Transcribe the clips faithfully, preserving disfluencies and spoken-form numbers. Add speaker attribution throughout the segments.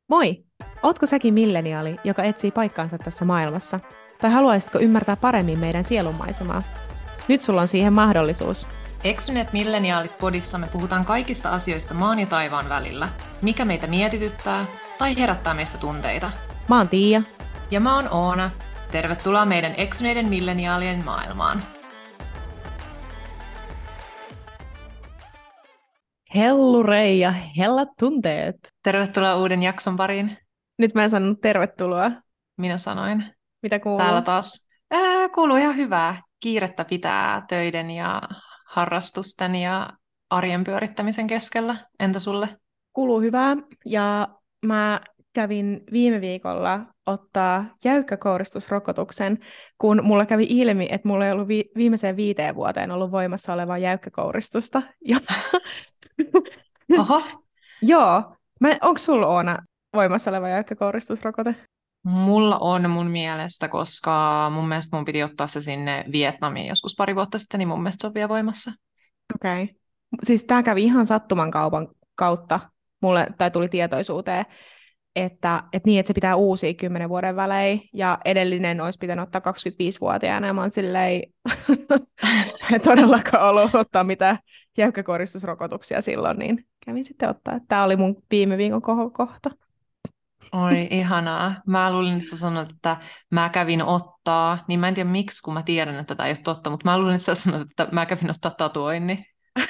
Speaker 1: Moi! Ootko säkin milleniaali, joka etsii paikkaansa tässä maailmassa? Tai haluaisitko ymmärtää paremmin meidän sielunmaisemaa? Nyt sulla on siihen mahdollisuus.
Speaker 2: Eksyneet milleniaalit podissa me puhutaan kaikista asioista maan ja taivaan välillä, mikä meitä mietityttää tai herättää meissä tunteita.
Speaker 1: Mä oon Tiia.
Speaker 2: Ja mä oon Oona. Tervetuloa meidän eksyneiden milleniaalien maailmaan.
Speaker 1: Hellurei ja hellat tunteet!
Speaker 2: Tervetuloa uuden jakson pariin.
Speaker 1: Nyt mä en sanonut tervetuloa.
Speaker 2: Minä sanoin.
Speaker 1: Mitä kuuluu?
Speaker 2: Täällä taas ää, kuuluu ihan hyvää. Kiirettä pitää töiden ja harrastusten ja arjen pyörittämisen keskellä. Entä sulle?
Speaker 1: Kuuluu hyvää ja mä kävin viime viikolla ottaa jäykkäkouristusrokotuksen, kun mulla kävi ilmi, että mulla ei ollut vi- viimeiseen viiteen vuoteen ollut voimassa olevaa jäykkäkouristusta. Ja
Speaker 2: Oho.
Speaker 1: Joo. Mä, onko sulla Oona voimassa oleva jäykkäkouristusrokote?
Speaker 2: Mulla on mun mielestä, koska mun mielestä mun piti ottaa se sinne Vietnamiin joskus pari vuotta sitten, niin mun mielestä se on vielä voimassa.
Speaker 1: Okei. Okay. Siis tää kävi ihan sattuman kaupan kautta mulle, tai tuli tietoisuuteen, että, että niin, että se pitää uusia kymmenen vuoden välein, ja edellinen olisi pitänyt ottaa kaksikymmentäviisivuotiaana, ja mä oon silleen, ei todellakaan ollut ottaa mitään jäykkäkouristusrokotuksia silloin, niin kävin sitten ottaa. Tämä oli mun viime viikon kohokohta.
Speaker 2: Oi, ihanaa. Mä luulin, että sä sanoit, että mä kävin ottaa, niin mä en tiedä miksi, kun mä tiedän, että tämä ei ole totta, mutta mä luulin, että sä sanoit, että mä kävin ottaa tatuoinnin.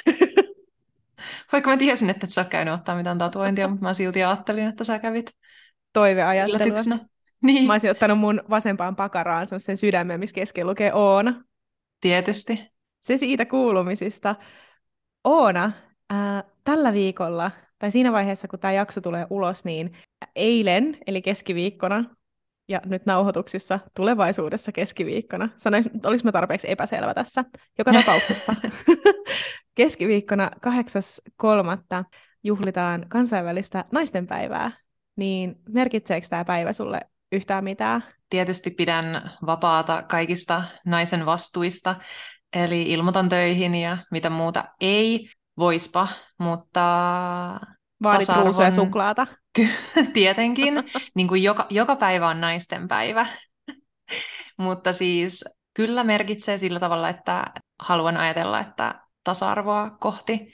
Speaker 2: Vaikka mä tiesin, että et sä oot käynyt ottaa mitään tatuointia, mutta mä silti ajattelin, että sä kävit
Speaker 1: Toiveajattelua.
Speaker 2: yllätyksenä. Niin.
Speaker 1: Mä olisin ottanut mun vasempaan pakaraan sen sydämen, missä keskellä lukee Oona.
Speaker 2: Tietysti.
Speaker 1: Se siitä kuulumisista. Oona, ää, tällä viikolla, tai siinä vaiheessa, kun tämä jakso tulee ulos, niin eilen, eli keskiviikkona, ja nyt nauhoituksissa tulevaisuudessa keskiviikkona, sanois, olis mä tarpeeksi epäselvä tässä, joka tapauksessa, keskiviikkona kahdeksas kolmatta juhlitaan kansainvälistä naistenpäivää, niin merkitseekö tämä päivä sulle yhtään mitään?
Speaker 2: Tietysti pidän vapaata kaikista naisen vastuista, eli ilmoitan töihin ja mitä muuta ei, voispa, mutta
Speaker 1: Vaadit
Speaker 2: tasa-arvon...
Speaker 1: ruusuja suklaata?
Speaker 2: Tietenkin, niin kuin joka, joka päivä on naisten päivä, mutta siis kyllä merkitsee sillä tavalla, että haluan ajatella, että tasa-arvoa kohti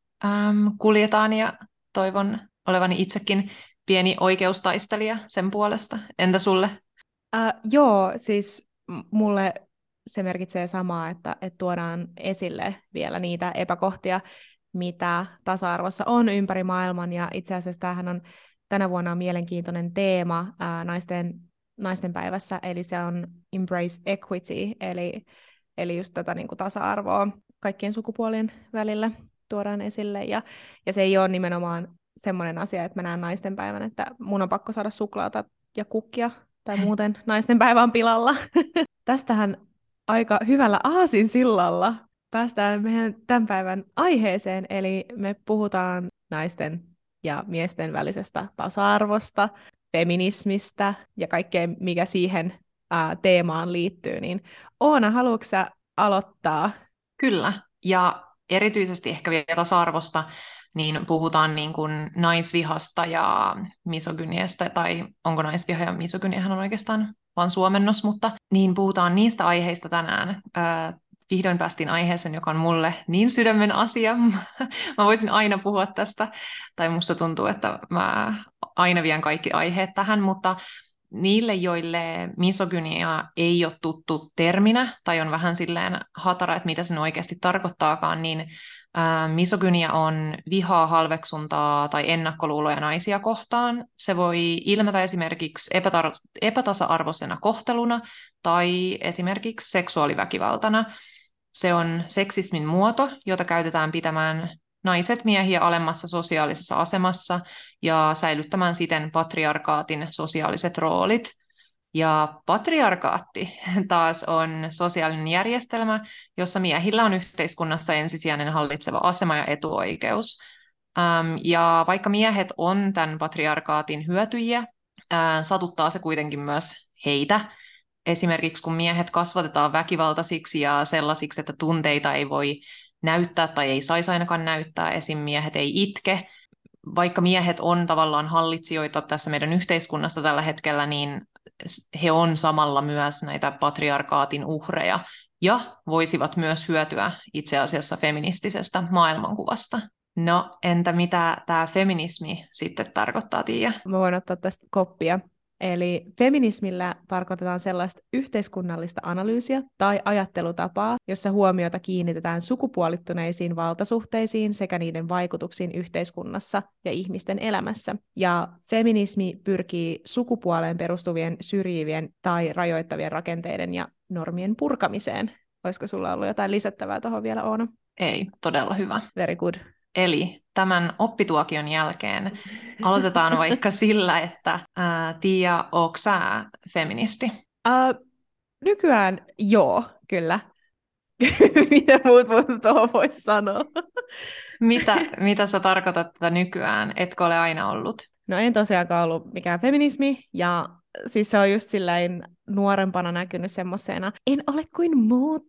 Speaker 2: äm, kuljetaan ja toivon olevani itsekin pieni oikeustaistelija sen puolesta. Entä sulle?
Speaker 1: Uh, joo, siis m- mulle se merkitsee samaa, että, että tuodaan esille vielä niitä epäkohtia, mitä tasa-arvossa on ympäri maailman, ja itse asiassa tämähän on tänä vuonna on mielenkiintoinen teema ää, naisten, naisten päivässä, eli se on Embrace Equity, eli, eli just tätä niin kuin tasa-arvoa kaikkien sukupuolien välillä tuodaan esille, ja, ja se ei ole nimenomaan semmoinen asia, että mä näen naisten päivän, että mun on pakko saada suklaata ja kukkia, tai muuten naisten päivä on pilalla. Tästähän aika hyvällä aasinsillalla päästään meidän tämän päivän aiheeseen, eli me puhutaan naisten ja miesten välisestä tasa-arvosta, feminismistä ja kaikkea, mikä siihen ää, teemaan liittyy. Niin Oona, haluatko sä aloittaa?
Speaker 2: Kyllä, ja erityisesti ehkä vielä tasa-arvosta, niin puhutaan niin kuin naisvihasta ja misogyniasta, tai onko naisviha ja misogyniahan on oikeastaan vain suomennos, mutta niin puhutaan niistä aiheista tänään. Ää, vihdoin päästiin aiheeseen, joka on mulle niin sydämen asia. Mä voisin aina puhua tästä, tai musta tuntuu, että mä aina vien kaikki aiheet tähän, mutta niille, joille misogynia ei ole tuttu terminä, tai on vähän silleen hatara, että mitä sen oikeasti tarkoittaakaan, niin ää, misogynia on vihaa, halveksuntaa tai ennakkoluuloja naisia kohtaan. Se voi ilmetä esimerkiksi epätar- epätasa-arvoisena kohteluna tai esimerkiksi seksuaaliväkivaltana. Se on seksismin muoto, jota käytetään pitämään naiset miehiä alemmassa sosiaalisessa asemassa ja säilyttämään siten patriarkaatin sosiaaliset roolit. Ja patriarkaatti taas on sosiaalinen järjestelmä, jossa miehillä on yhteiskunnassa ensisijainen hallitseva asema ja etuoikeus. Ähm, ja vaikka miehet on tämän patriarkaatin hyötyjiä, äh, satuttaa se kuitenkin myös heitä. Esimerkiksi kun miehet kasvatetaan väkivaltaisiksi ja sellaisiksi, että tunteita ei voi näyttää tai ei saisi ainakaan näyttää, esim. Miehet ei itke, vaikka miehet on tavallaan hallitsijoita tässä meidän yhteiskunnassa tällä hetkellä, niin he on samalla myös näitä patriarkaatin uhreja ja voisivat myös hyötyä itse asiassa feministisestä maailmankuvasta. No, entä mitä tämä feminismi sitten tarkoittaa, Tiia?
Speaker 1: Mä voin ottaa tästä koppia. Eli feminismillä tarkoitetaan sellaista yhteiskunnallista analyysiä tai ajattelutapaa, jossa huomiota kiinnitetään sukupuolittuneisiin valtasuhteisiin sekä niiden vaikutuksiin yhteiskunnassa ja ihmisten elämässä. Ja feminismi pyrkii sukupuoleen perustuvien syrjivien tai rajoittavien rakenteiden ja normien purkamiseen. Olisiko sulla ollut jotain lisättävää tuohon vielä, Oona?
Speaker 2: Ei, todella hyvä.
Speaker 1: Very good.
Speaker 2: Eli tämän oppituokion jälkeen aloitetaan vaikka sillä, että ää, Tiia, ootko sä feministi?
Speaker 1: Uh, nykyään joo, kyllä. Mitä muut tuohon voisi sanoa?
Speaker 2: Mitä, mitä sä tarkoitat tätä nykyään? Etkö ole aina ollut?
Speaker 1: No en tosiaankaan ollut mikään feminismi, ja siis se on just silleen nuorempana näkynyt semmoisena, en ole kuin muut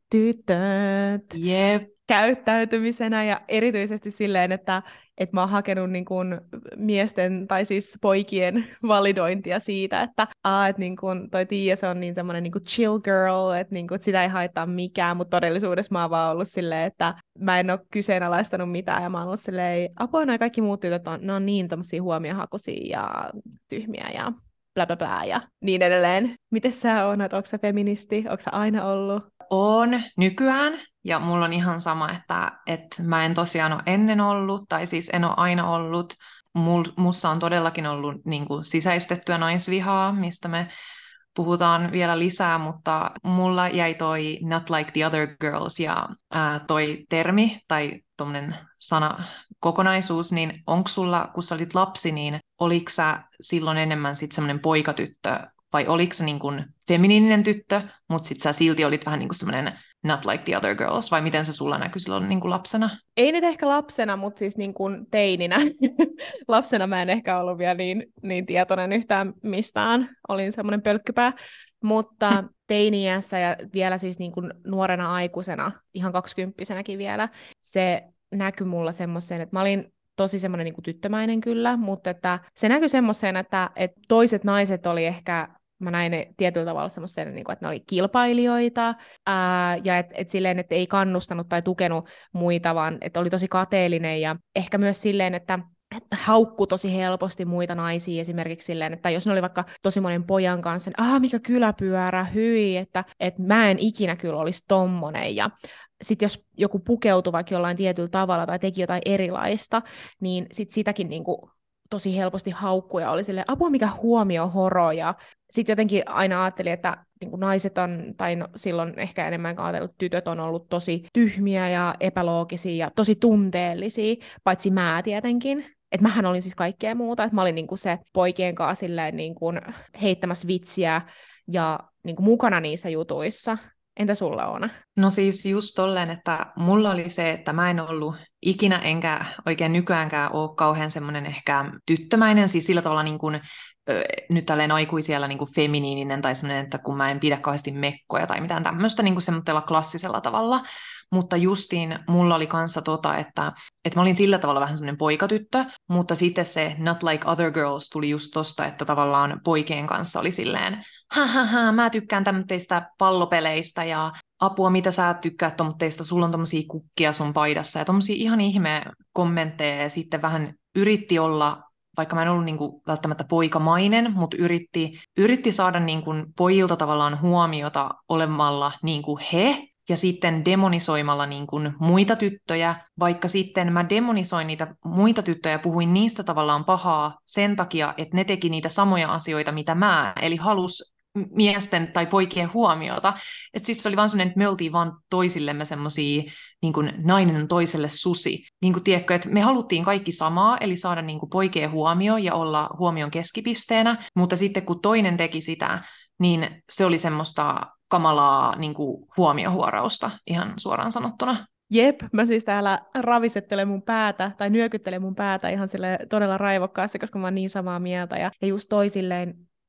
Speaker 1: tytöt.
Speaker 2: Jep.
Speaker 1: Käyttäytymisenä ja erityisesti silleen, että, että mä oon hakenut niin kuin miesten tai siis poikien validointia siitä, että, aa, että niin kuin toi Tiia, se on niin semmoinen niin kuin chill girl, että, niin kuin, että sitä ei haittaa mikään, mutta todellisuudessa mä oon vaan ollut silleen, että mä en ole kyseenalaistanut mitään ja mä oon ollut silleen, apua, noi kaikki muut tytöt on, ne on niin tommosia huomiohakuisia ja tyhmiä ja bla bla bla ja niin edelleen. Miten sä oot, onko sä feministi, onko sä aina ollut?
Speaker 2: On nykyään, ja mulla on ihan sama, että, että mä en tosiaan ole ennen ollut, tai siis en ole aina ollut. Mul, mussa on todellakin ollut niin kuin sisäistettyä naisvihaa, mistä me puhutaan vielä lisää, mutta mulla jäi toi not like the other girls, ja ää, toi termi, tai tommonen sana kokonaisuus, niin onko sulla, kun sä olit lapsi, niin oliko sä silloin enemmän sit semmoinen poikatyttö, vai oliko se niin kuin feminiininen tyttö, mutta sitten sä silti olit vähän niin kuin semmoinen not like the other girls, vai miten se sulla näkyi silloin niin kuin lapsena?
Speaker 1: Ei nyt ehkä lapsena, mutta siis niin kuin teininä. Lapsena mä en ehkä ollut vielä niin, niin tietoinen yhtään mistään. Olin semmoinen pölkkypää. Mutta teini-iässä ja vielä siis niin kuin nuorena aikuisena, ihan kaksikymppisenäkin vielä, se näkyi mulla semmoisen, että mä olin tosi semmoinen niin kuin tyttömäinen kyllä, mutta että se näkyi semmoisen, että, että toiset naiset oli ehkä, mä näin ne tietyllä tavalla semmoisen, niin kuin, että ne oli kilpailijoita, ää, ja että et silleen, että ei kannustanut tai tukenut muita, vaan että oli tosi kateellinen, ja ehkä myös silleen, että haukku tosi helposti muita naisia esimerkiksi silleen, että jos ne oli vaikka tosi monen pojan kanssa, niin ah, mikä kyläpyörä, hyi, että, että mä en ikinä kyllä olisi tommonen, ja sitten jos joku pukeutui vaikka jollain tietyllä tavalla tai teki jotain erilaista, niin sit sitäkin niinku tosi helposti haukkuja oli silleen, apua mikä huomio horo, ja sitten jotenkin aina ajattelin, että niinku naiset on, tai no, silloin ehkä enemmän ajatellut, että tytöt on ollut tosi tyhmiä ja epäloogisia ja tosi tunteellisia, paitsi mä tietenkin. Että mähän olin siis kaikkea muuta, että mä olin niinku se poikien kanssa silleen niinku heittämässä vitsiä ja niinku mukana niissä jutuissa. Entä sulla, Oona?
Speaker 2: No siis just tolleen, että mulla oli se, että mä en ollut ikinä enkä oikein nykyäänkään ole kauhean semmoinen ehkä tyttömäinen, siis sillä tavalla niin kuin, ö, nyt tälleen aikuisiellä niin kuin feminiininen tai semmoinen, että kun mä en pidä kauheasti mekkoja tai mitään tämmöistä niin kuin semmoisella klassisella tavalla, mutta justiin mulla oli kanssa tota, että, että mä olin sillä tavalla vähän semmoinen poikatyttö, mutta sitten se not like other girls tuli just tosta, että tavallaan poikien kanssa oli silleen, ha ha ha, mä tykkään tämmöistä pallopeleistä ja apua, mitä sä tykkäät tommoista, sulla on tommosia kukkia sun paidassa ja tommosia ihan ihme kommentteja ja sitten vähän yritti olla, vaikka mä en ollut niinku välttämättä poikamainen, mutta yritti, yritti saada niinku pojilta tavallaan huomiota olemalla niinku he, ja sitten demonisoimalla niin kuin muita tyttöjä, vaikka sitten mä demonisoin niitä muita tyttöjä ja puhuin niistä tavallaan pahaa sen takia, että ne teki niitä samoja asioita, mitä mä, eli halus miesten tai poikien huomiota. Että siis se oli vaan semmoinen, että me oltiin vaan toisillemme semmosia, niin kuin nainen on toiselle susi. Niin kuin tiedätkö, että me haluttiin kaikki samaa, eli saada niin kuin poikien huomio ja olla huomion keskipisteenä, mutta sitten kun toinen teki sitä, niin se oli semmoista kamalaa niin kuin huomiohuorausta, ihan suoraan sanottuna.
Speaker 1: Jep, mä siis täällä ravisettelen mun päätä, tai nyökyttelen mun päätä ihan sille todella raivokkaasti, koska mä oon niin samaa mieltä. Ja, ja just toi silleen,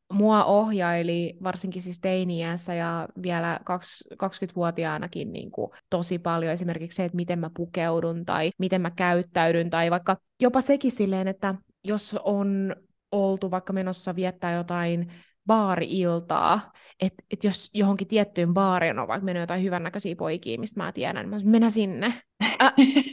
Speaker 1: mua ohjaili varsinkin siis teini-iässä ja vielä kaksikymmentävuotiaanakin niin kuin tosi paljon esimerkiksi se, että miten mä pukeudun tai miten mä käyttäydyn tai vaikka jopa sekin silleen, että jos on oltu vaikka menossa viettää jotain baari-iltaa, että et jos johonkin tiettyyn baariin on vaikka mennyt jotain hyvännäköisiä poikia, mistä mä tiedän, niin mä sanon, mennä sinne. Ä,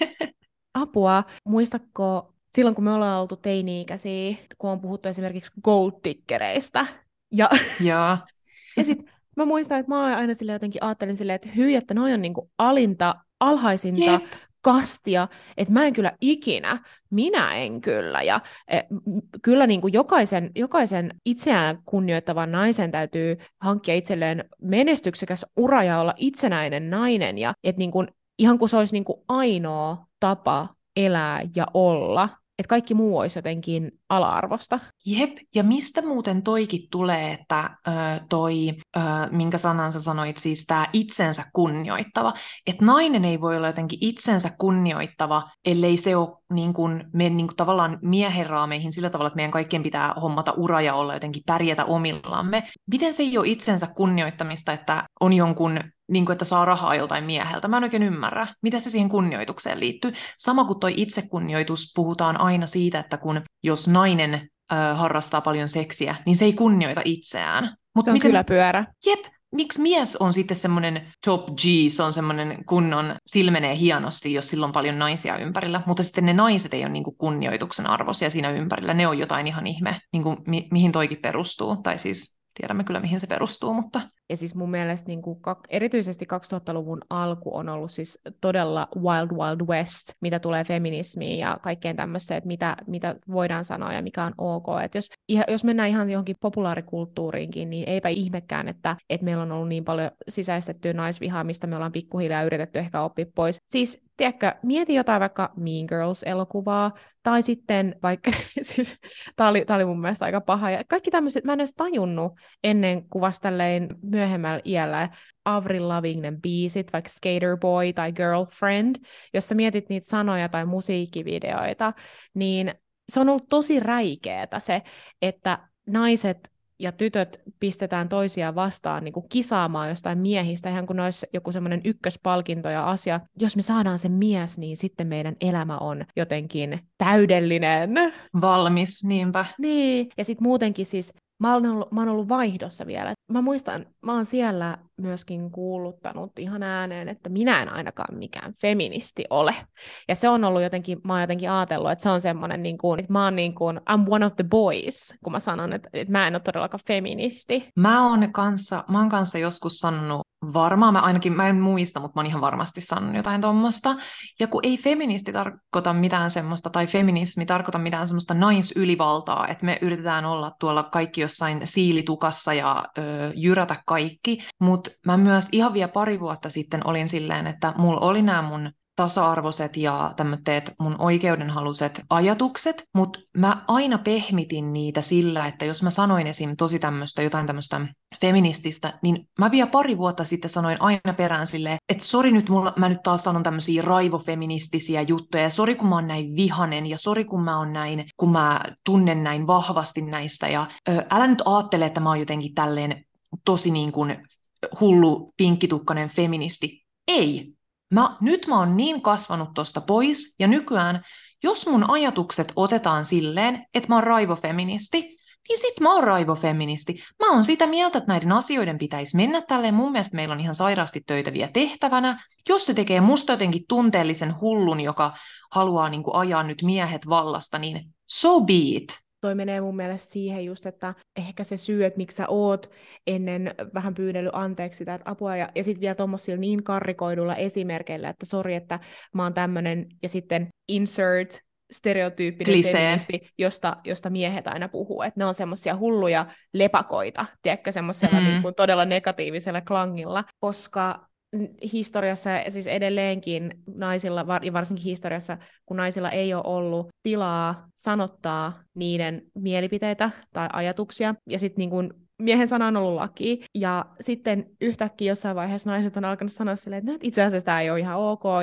Speaker 1: apua. Muistatko silloin, kun me ollaan oltu teini-ikäisiä, kun on puhuttu esimerkiksi gold-tickereistä, ja,
Speaker 2: Joo.
Speaker 1: ja sitten mä muistan, että mä aina sille jotenkin ajattelin silleen, että hyi, että noi on niinku alinta, alhaisinta
Speaker 2: Jep.
Speaker 1: kastia, että mä en kyllä ikinä, minä en kyllä. Ja e, kyllä niinku jokaisen, jokaisen itseään kunnioittavan naisen täytyy hankkia itselleen menestyksekäs ura ja olla itsenäinen nainen. Ja et niinku, ihan kuin se olisi niinku ainoa tapa elää ja olla, että kaikki muu olisi jotenkin ala-arvosta.
Speaker 2: Jep, ja mistä muuten toikin tulee, että ö, toi, ö, minkä sanan sä sanoit, siis tämä itsensä kunnioittava, että nainen ei voi olla jotenkin itsensä kunnioittava, ellei se ole niin kuin, me niin kuin, tavallaan miehen raameihin sillä tavalla, että meidän kaikkien pitää hommata ura ja olla jotenkin pärjätä omillamme. Miten se ei ole itsensä kunnioittamista, että on jonkun niin kuin, että saa rahaa joltain mieheltä. Mä en oikein ymmärrä, mitä se siihen kunnioitukseen liittyy. Sama kuin toi itsekunnioitus, puhutaan aina siitä, että kun jos nainen äh, harrastaa paljon seksiä, niin se ei kunnioita itseään. Mut
Speaker 1: se on
Speaker 2: miten...
Speaker 1: kyllä pyörä.
Speaker 2: Jep, miksi mies on sitten semmoinen top G, se on semmoinen kunnon, silmenee hienosti, jos sillä on paljon naisia ympärillä, mutta sitten ne naiset ei ole niin kuin kunnioituksen arvoisia siinä ympärillä, ne on jotain ihan ihme, niin kuin mi- mihin toikin perustuu, tai siis tiedämme kyllä mihin se perustuu, mutta...
Speaker 1: Ja siis mun mielestä niin kuin, erityisesti kaksituhattaluvun alku on ollut siis todella wild wild west, mitä tulee feminismiin ja kaikkeen tämmöiseen, että mitä, mitä voidaan sanoa ja mikä on ok. Et jos, jos mennään ihan johonkin populaarikulttuuriinkin, niin eipä ihmekään, että, että meillä on ollut niin paljon sisäistettyä naisvihaa, mistä me ollaan pikkuhiljaa yritetty ehkä oppia pois. Siis, tiedätkö, mieti jotain vaikka Mean Girls-elokuvaa, tai sitten vaikka, siis, tää oli, tää oli mun mielestä aika paha, ja kaikki tämmöiset, mä en edes tajunnut ennen kuin vasta tälleen myöhemmällä iällä Avril Lavignen biisit, vaikka Skater Boy tai Girlfriend, jos sä mietit niitä sanoja tai musiikkivideoita, niin se on ollut tosi räikeetä se, että naiset ja tytöt pistetään toisiaan vastaan niin kuin kisaamaan jostain miehistä, ihan kun ne olisi joku semmoinen ykköspalkinto ja asia. Jos me saadaan se mies, niin sitten meidän elämä on jotenkin täydellinen.
Speaker 2: Valmis, niinpä.
Speaker 1: Niin, ja sitten muutenkin siis Mä oon, ollut, mä oon ollut vaihdossa vielä. Mä muistan, mä oon siellä myöskin kuuluttanut ihan ääneen, että minä en ainakaan mikään feministi ole. Ja se on ollut jotenkin, mä oon jotenkin ajatellut, että se on semmoinen, niin kuin, että mä oon niin kuin, I'm one of the boys, kun mä sanon, että, että mä en ole todellakaan feministi.
Speaker 2: Mä oon kanssa, mä oon kanssa joskus sanonut, varmaan, mä ainakin, mä en muista, mutta mä oon ihan varmasti sanonut jotain tuommoista. Ja kun ei feministi tarkoita mitään semmoista, tai feminismi tarkoita mitään semmoista naisylivaltaa, että me yritetään olla tuolla kaikki jossain siilitukassa ja ö, jyrätä kaikki. Mutta mä myös ihan vielä pari vuotta sitten olin silleen, että mulla oli nämä mun tasa-arvoiset ja tämmöiset mun oikeudenhaluiset ajatukset, mutta mä aina pehmitin niitä sillä, että jos mä sanoin esim. Tosi tämmöistä, jotain tämmöistä feminististä, niin mä vielä pari vuotta sitten sanoin aina perään silleen, että sori nyt, mulla, mä nyt taas sanon tämmöisiä raivofeministisiä juttuja, ja sori kun mä oon näin vihanen, ja sori kun mä oon näin, kun mä tunnen näin vahvasti näistä, ja ö, älä nyt ajattele, että mä oon jotenkin tälleen tosi niin kuin hullu, pinkkitukkainen feministi. Ei. Mä, nyt mä oon niin kasvanut tosta pois, ja nykyään, jos mun ajatukset otetaan silleen, että mä oon raivofeministi, niin sit mä oon raivofeministi. Mä oon sitä mieltä, että näiden asioiden pitäisi mennä tälleen. Mun mielestä meillä on ihan sairaasti töitä vielä tehtävänä. Jos se tekee musta jotenkin tunteellisen hullun, joka haluaa niin kuin ajaa nyt miehet vallasta, niin so be it.
Speaker 1: Toi menee mun mielestä siihen just, että ehkä se syy, että miksi sä oot ennen vähän pyydellyt anteeksi sitä, että apua, ja, ja sitten vielä tuommoisilla niin karrikoidulla esimerkeillä, että sori, että mä oon tämmönen, ja sitten insert stereotyyppinen
Speaker 2: Klisee.
Speaker 1: feministi, josta, josta miehet aina puhuu, että ne on semmoisia hulluja lepakoita, tiedätkö, semmoisella mm. niin kuin todella negatiivisella klangilla, koska historiassa, siis edelleenkin naisilla, ja varsinkin historiassa, kun naisilla ei ole ollut tilaa sanottaa niiden mielipiteitä tai ajatuksia, ja sitten niin kuin miehen sana on ollut laki, ja sitten yhtäkkiä jossain vaiheessa naiset on alkanut sanoa silleen, että itse asiassa tämä ei ole ihan ok, ja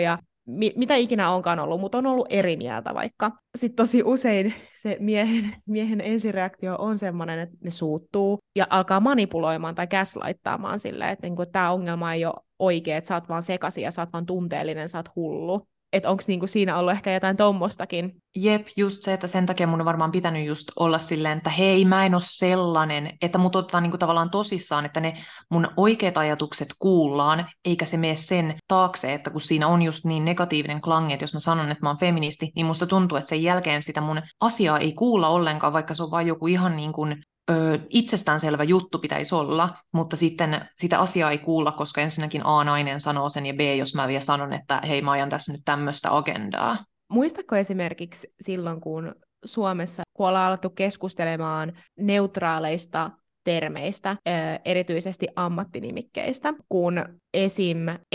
Speaker 1: mi- mitä ikinä onkaan ollut, mutta on ollut eri mieltä vaikka. Sitten tosi usein se miehen, miehen ensireaktio on semmoinen, että ne suuttuu ja alkaa manipuloimaan tai gaslighttaamaan silleen, että niinku, tämä ongelma ei ole oikea, että sä oot vaan sekaisin ja sä oot vaan tunteellinen, sä oot hullu. Että onko niinku siinä ollut ehkä jotain tommostakin?
Speaker 2: Jep, just se, että sen takia mun on varmaan pitänyt just olla silleen, että hei, mä en ole sellainen, että mut otetaan niinku tavallaan tosissaan, että ne mun oikeat ajatukset kuullaan, eikä se mene sen taakse, että kun siinä on just niin negatiivinen klangi, että jos mä sanon, että mä oon feministi, niin musta tuntuu, että sen jälkeen sitä mun asiaa ei kuulla ollenkaan, vaikka se on vain joku ihan niin kuin ö, itsestäänselvä juttu pitäisi olla, mutta sitten sitä asiaa ei kuulla, koska ensinnäkin A nainen sanoo sen ja B, jos mä vielä sanon, että hei, mä ajan tässä nyt tämmöistä agendaa.
Speaker 1: Muistatko esimerkiksi silloin, kun Suomessa, kun ollaan alettu keskustelemaan neutraaleista termeistä, erityisesti ammattinimikkeistä, kun esim.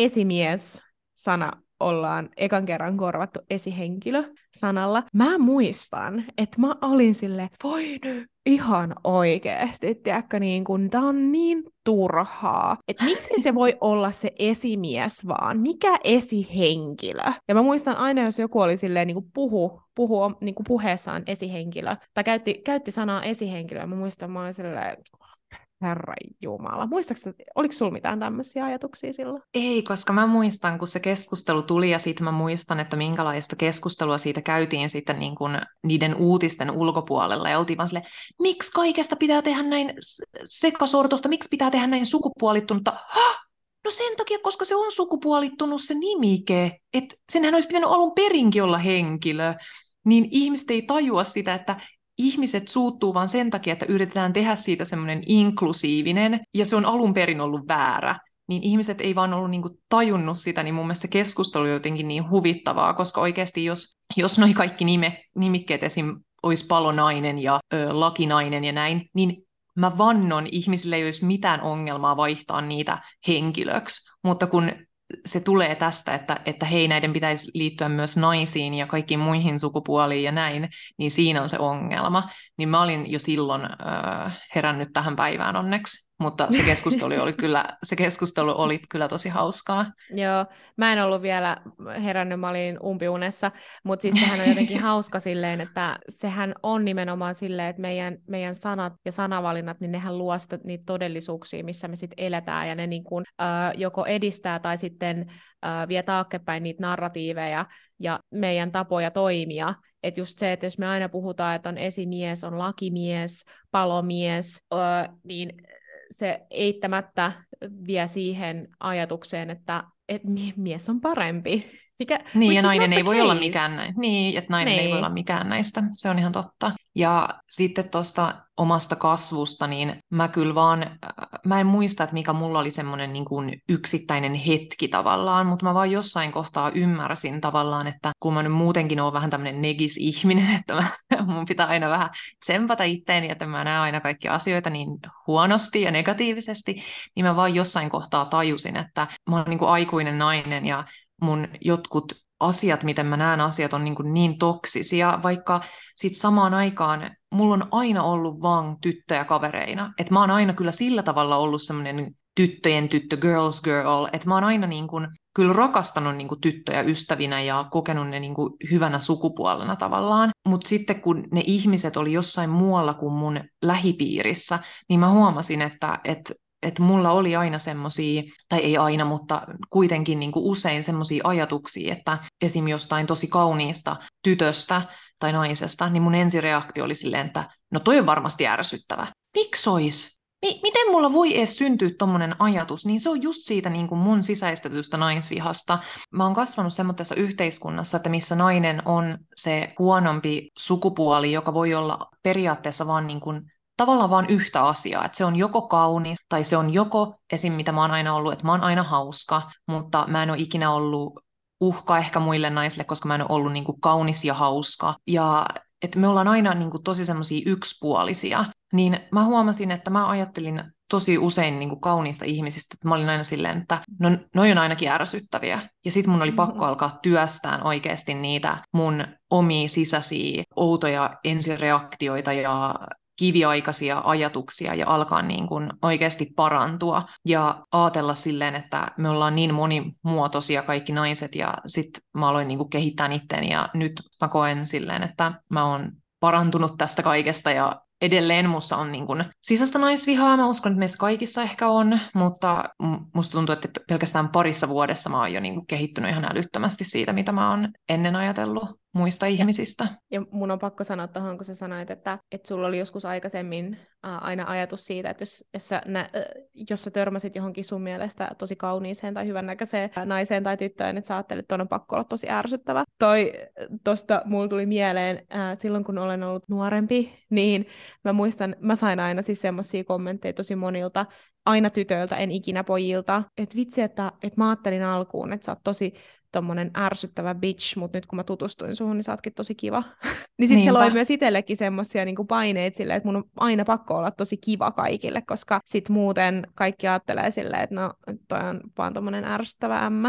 Speaker 1: Esimies-sana ollaan ekan kerran korvattu esihenkilö-sanalla. Mä muistan, että mä olin silleen, voi nyt ihan oikeasti, tiedätkö, niin kun tää on niin turhaa. Että miksi se voi olla se esimies vaan? Mikä esihenkilö? Ja mä muistan aina, jos joku oli silleen niin kuin puhu, puhu niin kuin puheessaan esihenkilö, tai käytti, käytti sanaa esihenkilö, mä muistan, mä olin silleen, Herra Jumala. Muistaakseni, oliko sulla mitään tämmöisiä ajatuksia silloin?
Speaker 2: Ei, koska mä muistan, kun se keskustelu tuli, ja sitten mä muistan, että minkälaista keskustelua siitä käytiin sitten niin kuin niiden uutisten ulkopuolella, ja oltiin vaan silleen, miksi kaikesta pitää tehdä näin sekasortosta, miksi pitää tehdä näin sukupuolittunutta? Hah! No sen takia, koska se on sukupuolittunut se nimike, että senhän olisi pitänyt alun perinkin olla henkilö, niin ihmiset ei tajua sitä, että ihmiset suuttuu vaan sen takia, että yritetään tehdä siitä semmoinen inklusiivinen, ja se on alun perin ollut väärä, niin ihmiset ei vaan ollut niinku tajunnut sitä, niin mun mielestä se keskustelu on jotenkin niin huvittavaa, koska oikeasti jos, jos noi kaikki nime, nimikkeet esim. Olisi palonainen ja ö, lakinainen ja näin, niin mä vannon, ihmisille ei olisi mitään ongelmaa vaihtaa niitä henkilöksi, mutta kun se tulee tästä, että, että hei, näiden pitäisi liittyä myös naisiin ja kaikkiin muihin sukupuoliin ja näin, niin siinä on se ongelma. Niin mä olin jo silloin äh, herännyt tähän päivään onneksi, mutta se keskustelu oli kyllä, se keskustelu oli kyllä tosi hauskaa.
Speaker 1: Joo, mä en ollut vielä herännyt, mä olin umpiunessa, mutta siis sehän on jotenkin hauska silleen, että sehän on nimenomaan silleen, että meidän, meidän sanat ja sanavalinnat, niin nehän luo sitä, niitä todellisuuksia, missä me sitten eletään, ja ne niin kuin, äh, joko edistää tai sitten äh, vie taaksepäin niitä narratiiveja ja meidän tapoja toimia. Että just se, että jos me aina puhutaan, että on esimies, on lakimies, palomies, äh, niin se eittämättä vie siihen ajatukseen, että et mies on parempi. Mikä,
Speaker 2: niin, ja nainen ei
Speaker 1: case.
Speaker 2: voi olla mikään näin. Niin, että nainen niin. ei voi olla mikään näistä. Se on ihan totta. Ja sitten tuosta omasta kasvusta, niin mä kyllä vaan, mä en muista, että mikä mulla oli semmoinen niin kuin yksittäinen hetki tavallaan, mutta mä vaan jossain kohtaa ymmärsin tavallaan, että kun mä nyt muutenkin oon vähän tämmöinen negis-ihminen, että mä, mun pitää aina vähän tsempata itteeni, että mä näen aina kaikkia asioita niin huonosti ja negatiivisesti, niin mä vaan jossain kohtaa tajusin, että mä oon niin kuin aikuinen nainen ja mun jotkut asiat, miten mä näen asiat, on niin, niin toksisia, vaikka sit samaan aikaan mulla on aina ollut vaan tyttöjä kavereina. Että mä oon aina kyllä sillä tavalla ollut semmoinen tyttöjen tyttö, girls girl, että mä oon aina niin kuin, kyllä rakastanut niin kuin tyttöjä ystävinä ja kokenut ne niin kuin hyvänä sukupuolena tavallaan. Mutta sitten kun ne ihmiset oli jossain muualla kuin mun lähipiirissä, niin mä huomasin, että, että että mulla oli aina semmoisia, tai ei aina, mutta kuitenkin niin kuin usein semmoisia ajatuksia, että esim. Jostain tosi kauniista tytöstä tai naisesta, niin mun ensireaktio oli silleen, että no toi on varmasti ärsyttävä. Miksi ois? M- miten mulla voi edes syntyä tommonen ajatus? Niin se on just siitä niin kuin mun sisäistetystä naisvihasta. Mä oon kasvanut semmoisessa yhteiskunnassa, että missä nainen on se huonompi sukupuoli, joka voi olla periaatteessa vaan niin kuin tavallaan vaan yhtä asiaa, että se on joko kaunis, tai se on joko, esim. Mitä mä oon aina ollut, että mä oon aina hauska, mutta mä en ole ikinä ollut uhka ehkä muille naisille, koska mä en ole ollut niin kuin kaunis ja hauska. Ja että me ollaan aina niin kuin tosi semmoisia yksipuolisia. Niin mä huomasin, että mä ajattelin tosi usein niin kuin kauniista ihmisistä, että mä olin aina silleen, että no noi on ainakin ärsyttäviä. Ja sit mun oli pakko alkaa työstään oikeasti niitä mun omia sisäisiä outoja ensireaktioita ja kiviaikaisia ajatuksia ja alkaa niin kuin oikeasti parantua ja ajatella silleen, että me ollaan niin monimuotoisia kaikki naiset ja sitten mä aloin niin kuin kehittää itseäni ja nyt mä koen silleen, että mä oon parantunut tästä kaikesta ja edelleen musta on niin kuin sisäistä naisvihaa, mä uskon, että meissä kaikissa ehkä on, mutta musta tuntuu, että pelkästään parissa vuodessa mä oon jo niin kuin kehittynyt ihan älyttömästi siitä, mitä mä oon ennen ajatellut muista ihmisistä.
Speaker 1: Ja mun on pakko sanoa tuohon, kun sä sanoit, että, että sulla oli joskus aikaisemmin ää, aina ajatus siitä, että jos, jos, sä, nä, jos sä törmäsit johonkin sun mielestä tosi kauniiseen tai hyvännäköiseen naiseen tai tyttöön, että sä ajattelit, että ton on pakko olla tosi ärsyttävä. Toi, tosta mulla tuli mieleen, ää, silloin kun olen ollut nuorempi, niin mä muistan, mä sain aina siis semmosia kommentteja tosi monilta, aina tytöiltä, en ikinä pojilta, että vitsi, että, että mä ajattelin alkuun, että sä oot tosi tommonen ärsyttävä bitch, mutta nyt kun mä tutustuin suhun, niin sä ootkin tosi kiva. Niin sit Niinpä. Se loi myös itsellekin semmosia niinku paineita silleen, että mun on aina pakko olla tosi kiva kaikille, koska sit muuten kaikki ajattelee silleen, että no toi on vaan tommonen ärsyttävä ämmä.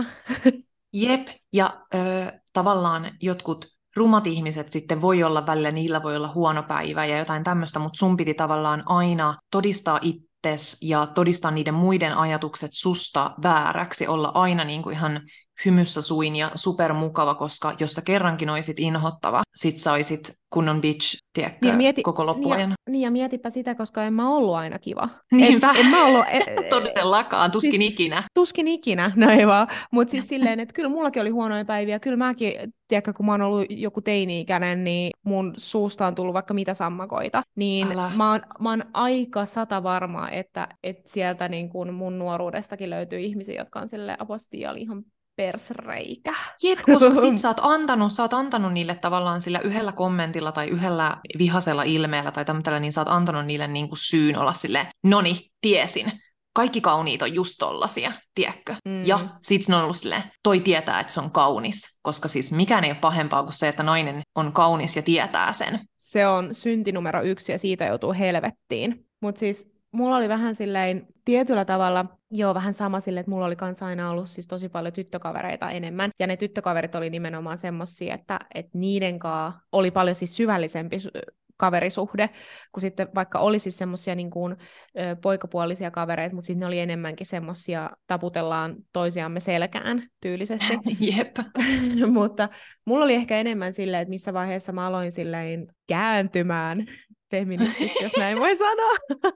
Speaker 2: Jep, ja ö, tavallaan jotkut rumat ihmiset sitten voi olla välillä, niillä voi olla huono päivä ja jotain tämmöistä, mutta sun piti tavallaan aina todistaa itse ja todistaa niiden muiden ajatukset susta vääräksi, olla aina niin kuin ihan hymyssä suin ja supermukava, koska jos sä kerrankin oisit inhottava, sit sä oisit kunnon bitch, tiedätkö,
Speaker 1: niin mieti,
Speaker 2: koko loppuajan.
Speaker 1: Niin ja, niin ja mietipä sitä, koska en mä ollut aina kiva.
Speaker 2: Niinpä.
Speaker 1: Et, en mä ollut, et,
Speaker 2: Todellakaan, tuskin
Speaker 1: siis,
Speaker 2: ikinä.
Speaker 1: Tuskin ikinä, no ei vaan. Mutta siis silleen, että kyllä mullakin oli huonoja päiviä. Kyllä mäkin, tiedätkö, kun mä oon ollut joku teini-ikäinen, niin mun suusta on tullut vaikka mitä sammakoita. Niin mä oon, mä oon aika sata varma, että, että sieltä niin kun mun nuoruudestakin löytyy ihmisiä, jotka on silleen apostiali ihan persreikä.
Speaker 2: Jep, koska sit sä oot antanut, sä oot antanut niille tavallaan sillä yhdellä kommentilla tai yhdellä vihasella ilmeellä tai tämmöisellä, niin sä oot antanut niille niin kuin syyn olla silleen, noni, tiesin. Kaikki kauniit on just tollasia, tiedätkö? Mm. Ja sit ne on ollut silleen, toi tietää, että se on kaunis. Koska siis mikään ei ole pahempaa kuin se, että nainen on kaunis ja tietää sen.
Speaker 1: Se on synti numero yksi ja siitä joutuu helvettiin. Mutta siis mulla oli vähän silleen tietyllä tavalla, joo, vähän sama silleen, että mulla oli kans aina ollut siis tosi paljon tyttökavereita enemmän. Ja ne tyttökaverit oli nimenomaan semmosia, että, että niiden kanssa oli paljon siis syvällisempi kaverisuhde, kun sitten vaikka oli siis semmosia niin kuin ö, poikapuolisia kavereita, mutta sitten ne oli enemmänkin semmosia, taputellaan toisiamme selkään tyylisesti.
Speaker 2: Jep.
Speaker 1: Mutta mulla oli ehkä enemmän silleen, että missä vaiheessa mä aloin silleen kääntymään feministiksi, jos näin voi sanoa.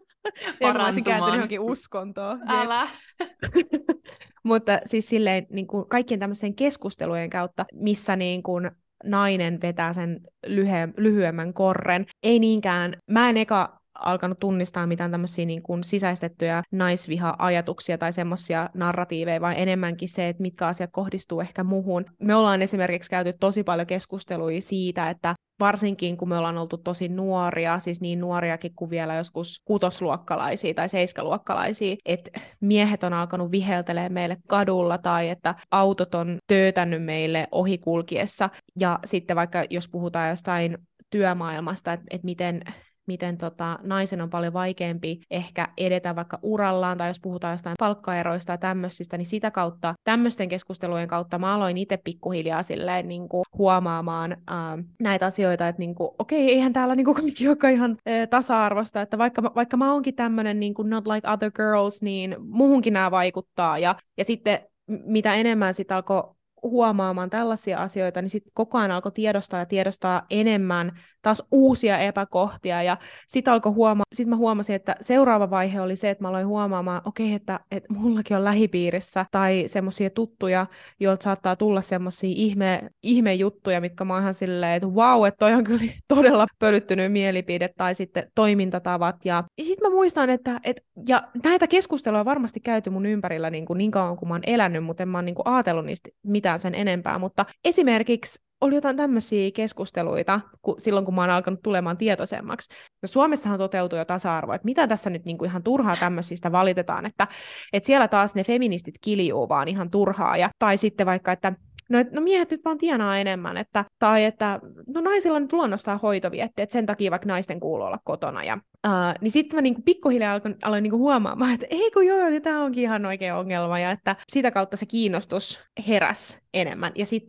Speaker 1: Ja mä olisin kääntynyt johonkin uskontoon.
Speaker 2: Älä.
Speaker 1: Mutta siis silleen niin kuin kaikkien tämmöisen keskustelujen kautta, missä niin kuin nainen vetää sen lyhe- lyhyemmän korren. Ei niinkään, mä en eka alkanut tunnistaa mitään tämmöisiä niin kuin sisäistettyjä naisviha-ajatuksia tai semmoisia narratiiveja, vaan enemmänkin se, että mitkä asiat kohdistuu ehkä muhun. Me ollaan esimerkiksi käyty tosi paljon keskusteluja siitä, että varsinkin kun me ollaan oltu tosi nuoria, siis niin nuoriakin kuin vielä joskus kutosluokkalaisia tai seiskaluokkalaisia, että miehet on alkanut viheltelee meille kadulla tai että autot on töötännyt meille ohikulkiessa. Ja sitten vaikka jos puhutaan jostain työmaailmasta, että, että miten miten tota, naisen on paljon vaikeampi ehkä edetä vaikka urallaan, tai jos puhutaan jostain palkkaeroista ja tämmöisistä, niin sitä kautta, tämmöisten keskustelujen kautta mä aloin itse pikkuhiljaa silleen niin kuin huomaamaan ää, näitä asioita, että niin kuin, okei, eihän täällä niin kuin kaikki olekaan ihan ää, tasa-arvosta, että vaikka, vaikka mä oonkin tämmöinen niin kuin not like other girls, niin muhunkin nämä vaikuttaa, ja, ja sitten mitä enemmän sitten alkoi huomaamaan tällaisia asioita, niin sitten koko ajan alkoi tiedostaa ja tiedostaa enemmän taas uusia epäkohtia, ja sitten alkoi huomaa, sit mä huomasin, että seuraava vaihe oli se, että mä aloin huomaamaan, okei, okay, että, että mullakin on lähipiirissä tai semmoisia tuttuja, joilta saattaa tulla semmoisia ihme, ihmejuttuja, mitkä mä oon ihan silleen, että vau, että toi on kyllä todella pölyttynyt mielipide, tai sitten toimintatavat, ja sitten mä muistan, että, et, ja näitä keskusteluja on varmasti käyty mun ympärillä niin, kuin niin kauan, kun mä oon elänyt, mutta en mä oon niin kuin ajatellut niistä mitään sen enempää, mutta esimerkiksi oli jotain tämmöisiä keskusteluita kun, silloin, kun mä oon alkanut tulemaan tietoisemmaksi. Ja Suomessahan toteutuu jo tasa-arvo, että mitä tässä nyt niinku ihan turhaa tämmöisistä valitetaan, että, että siellä taas ne feministit kiljuu vaan ihan turhaa. Ja, tai sitten vaikka, että no, no miehet nyt vaan tienaa enemmän, että, tai että no naisilla on nyt luonnostaan hoitovietti, että sen takia vaikka naisten kuuluu olla kotona. Ja, uh, niin sitten mä niinku pikkuhiljaa aloin, aloin niinku huomaamaan, että ei kun joo, niin tämä onkin ihan oikea ongelma, ja että sitä kautta se kiinnostus heräsi enemmän. Ja sitten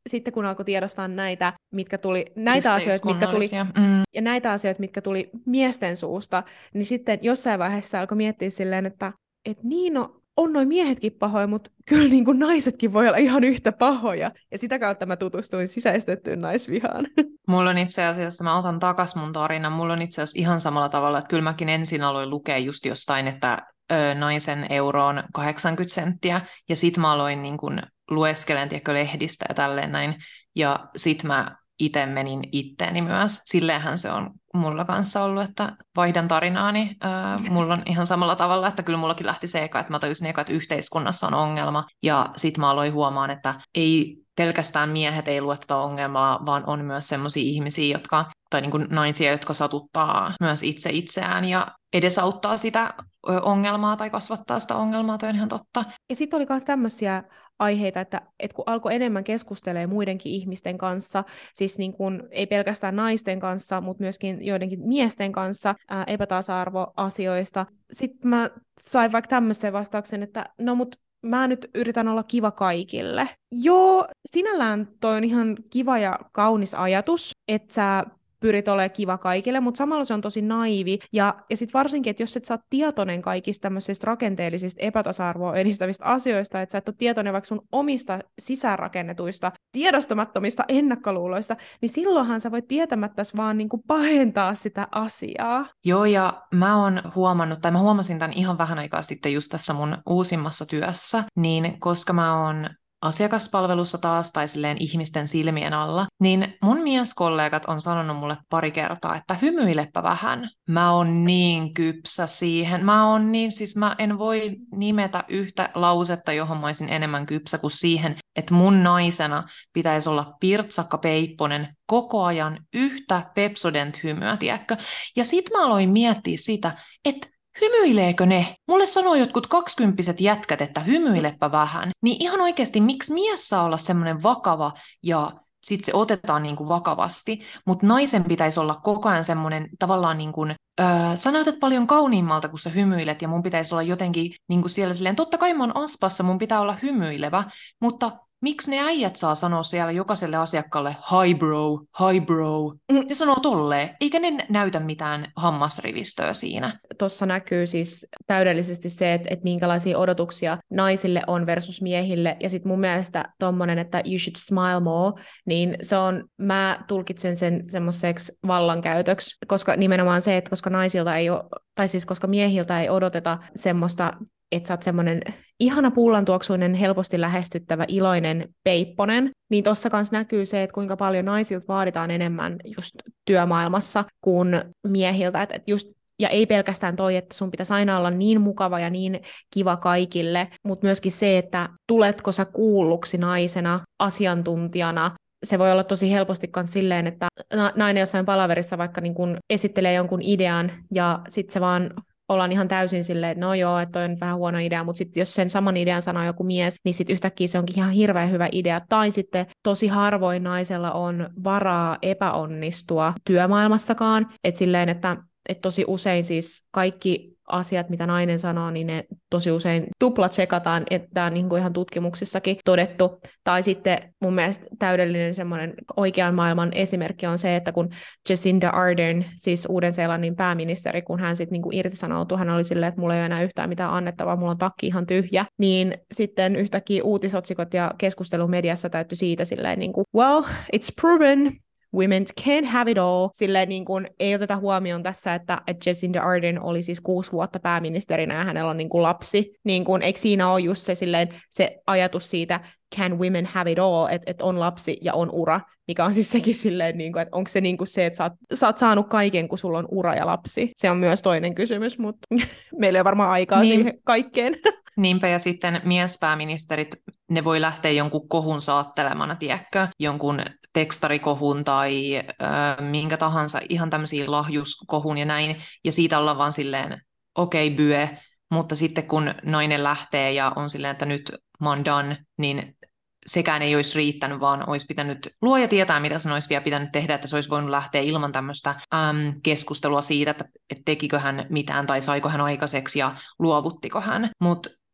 Speaker 1: sitten kun alkoi tiedostaa näitä, mitkä tuli, näitä asioita, mitkä tuli,
Speaker 2: mm.
Speaker 1: ja näitä asioita, mitkä tuli miesten suusta, niin sitten jossain vaiheessa alkoi miettiä silleen, että et niin no, on noin miehetkin pahoja, mutta kyllä niin kuin naisetkin voi olla ihan yhtä pahoja. Ja sitä kautta mä tutustuin sisäistettyyn naisvihaan.
Speaker 2: Mulla on itse asiassa, mä otan takas mun tarinan, mulla on itse asiassa ihan samalla tavalla, että kyllä mäkin ensin aloin lukea just jostain, että ö, naisen euro on kahdeksankymmentä senttiä, ja sit mä aloin niin kun lueskelen, tiedätkö, lehdistä ja tälleen näin, ja sit mä itse menin itteeni myös. Silleenhän se on mulla kanssa ollut, että vaihdan tarinaani. Ää, mulla on ihan samalla tavalla, että kyllä mullakin lähti se eka, että mä tajusin eka, että yhteiskunnassa on ongelma. Ja sit mä aloin huomaan, että ei pelkästään miehet ei lue tätä ongelmaa, vaan on myös sellaisia ihmisiä, jotka, tai niin kuin naisia, jotka satuttaa myös itse itseään ja edesauttaa sitä ongelmaa tai kasvattaa sitä ongelmaa, toi on ihan totta.
Speaker 1: Ja sitten oli myös tämmöisiä aiheita, että, että kun alkoi enemmän keskustelemaan muidenkin ihmisten kanssa, siis niin kuin, ei pelkästään naisten kanssa, mutta myöskin joidenkin miesten kanssa ää, epätasa-arvoasioista. Sitten mä sain vaikka tämmöisen vastauksen, että no mut mä nyt yritän olla kiva kaikille. Joo, sinällään toi on ihan kiva ja kaunis ajatus, että sä pyrit olemaan kiva kaikille, mutta samalla se on tosi naivi. Ja, ja sitten varsinkin, että jos et sä oot tietoinen kaikista tämmöisistä rakenteellisista epätasa-arvoa edistävistä asioista, että sä et ole tietoinen vaikka sun omista sisäänrakennetuista, tiedostamattomista ennakkoluuloista, niin silloinhan sä voit tietämättäs vaan niinku pahentaa sitä asiaa.
Speaker 2: Joo, ja mä oon huomannut, tai mä huomasin tämän ihan vähän aikaa sitten just tässä mun uusimmassa työssä, niin koska mä oon asiakaspalvelussa taas tai silleen ihmisten silmien alla, niin mun mieskollegat on sanonut mulle pari kertaa, että hymyilepä vähän. Mä oon niin kypsä siihen. Mä oon niin, siis mä en voi nimetä yhtä lausetta, johon mä olisin enemmän kypsä kuin siihen, että mun naisena pitäisi olla pirtsakka peipponen koko ajan yhtä Pepsodent-hymyä, tiedätkö? Ja sit mä aloin miettiä sitä, että hymyileekö ne? Mulle sanoo jotkut kaksikymppiset jätkät, että hymyilepä vähän. Niin ihan oikeasti, miksi mies saa olla semmoinen vakava ja sitten se otetaan niin kuin vakavasti, mutta naisen pitäisi olla koko ajan semmoinen tavallaan niin kuin, öö, sä näytät paljon kauniimmalta, kun sä hymyilet, ja mun pitäisi olla jotenkin niin kuin siellä silleen, totta kai mä oon aspassa, mun pitää olla hymyilevä, mutta miksi ne äijät saa sanoa siellä jokaiselle asiakkaalle hi bro, hi bro? Ne sanoo tolleen, eikä ne näytä mitään hammasrivistöä siinä.
Speaker 1: Tuossa näkyy siis täydellisesti se, että, että minkälaisia odotuksia naisille on versus miehille. Ja sitten mun mielestä tommonen, että you should smile more, niin se on, mä tulkitsen sen semmoiseksi vallankäytöksi, koska nimenomaan se, että koska naisilta ei ole, tai siis koska miehiltä ei odoteta semmoista, että sä oot semmoinen ihana pullantuoksuinen, helposti lähestyttävä, iloinen peipponen, niin tossa kanssa näkyy se, että kuinka paljon naisilta vaaditaan enemmän just työmaailmassa kuin miehiltä. Et, et just, ja ei pelkästään toi, että sun pitäisi aina olla niin mukava ja niin kiva kaikille, mutta myöskin se, että tuletko sä kuulluksi naisena, asiantuntijana. Se voi olla tosi helposti myös silleen, että nainen jossain palaverissa vaikka niin kun esittelee jonkun idean ja sitten se vaan ollaan ihan täysin silleen, että no joo, että toi on vähän huono idea, mutta sitten jos sen saman idean sanoo joku mies, niin sitten yhtäkkiä se onkin ihan hirveän hyvä idea. Tai sitten tosi harvoin naisella on varaa epäonnistua työmaailmassakaan, että silleen, että, että tosi usein siis kaikki asiat, mitä nainen sanoo, niin ne tosi usein tuplatsekataan, että tämä on niin kuin ihan tutkimuksissakin todettu. Tai sitten mun mielestä täydellinen semmoinen oikean maailman esimerkki on se, että kun Jacinda Ardern, siis Uuden-Seelannin pääministeri, kun hän sitten niin kuin irtisanoutui, hän oli silleen, että mulla ei ole enää yhtään mitään annettavaa, mulla on takki ihan tyhjä, niin sitten yhtäkkiä uutisotsikot ja keskustelu mediassa täyttyi siitä silleen niin kuin, well, it's proven, women can't have it all. Silleen niin kuin ei oteta huomioon tässä, että, että Jacinda Ardern oli siis kuusi vuotta pääministerinä ja hänellä on niin kuin lapsi. Niin kuin, eikö siinä ole just se, silleen, se ajatus siitä, can women have it all, että, että on lapsi ja on ura, mikä on siis sekin silleen, niin kuin, että onko se niin kuin se, että sä oot, sä oot saanut kaiken, kun sulla on ura ja lapsi. Se on myös toinen kysymys, mutta meillä ei ole varmaan aikaa niin siihen kaikkeen.
Speaker 2: Niinpä, ja sitten miespääministerit, ne voi lähteä jonkun kohun saattelemana, tiedätkö, jonkun tekstarikohun tai äh, minkä tahansa, ihan tämmöisiä lahjuskohun ja näin, ja siitä ollaan vaan silleen, okei, okay, bye, mutta sitten kun nainen lähtee ja on silleen, että nyt mä oon done, niin sekään ei olisi riittänyt, vaan olisi pitänyt luoja tietää, mitä sen olisi vielä pitänyt tehdä, että se olisi voinut lähteä ilman tämmöistä äm, keskustelua siitä, että, että tekikö hän mitään tai saiko hän aikaiseksi ja luovuttiko hän. Mutta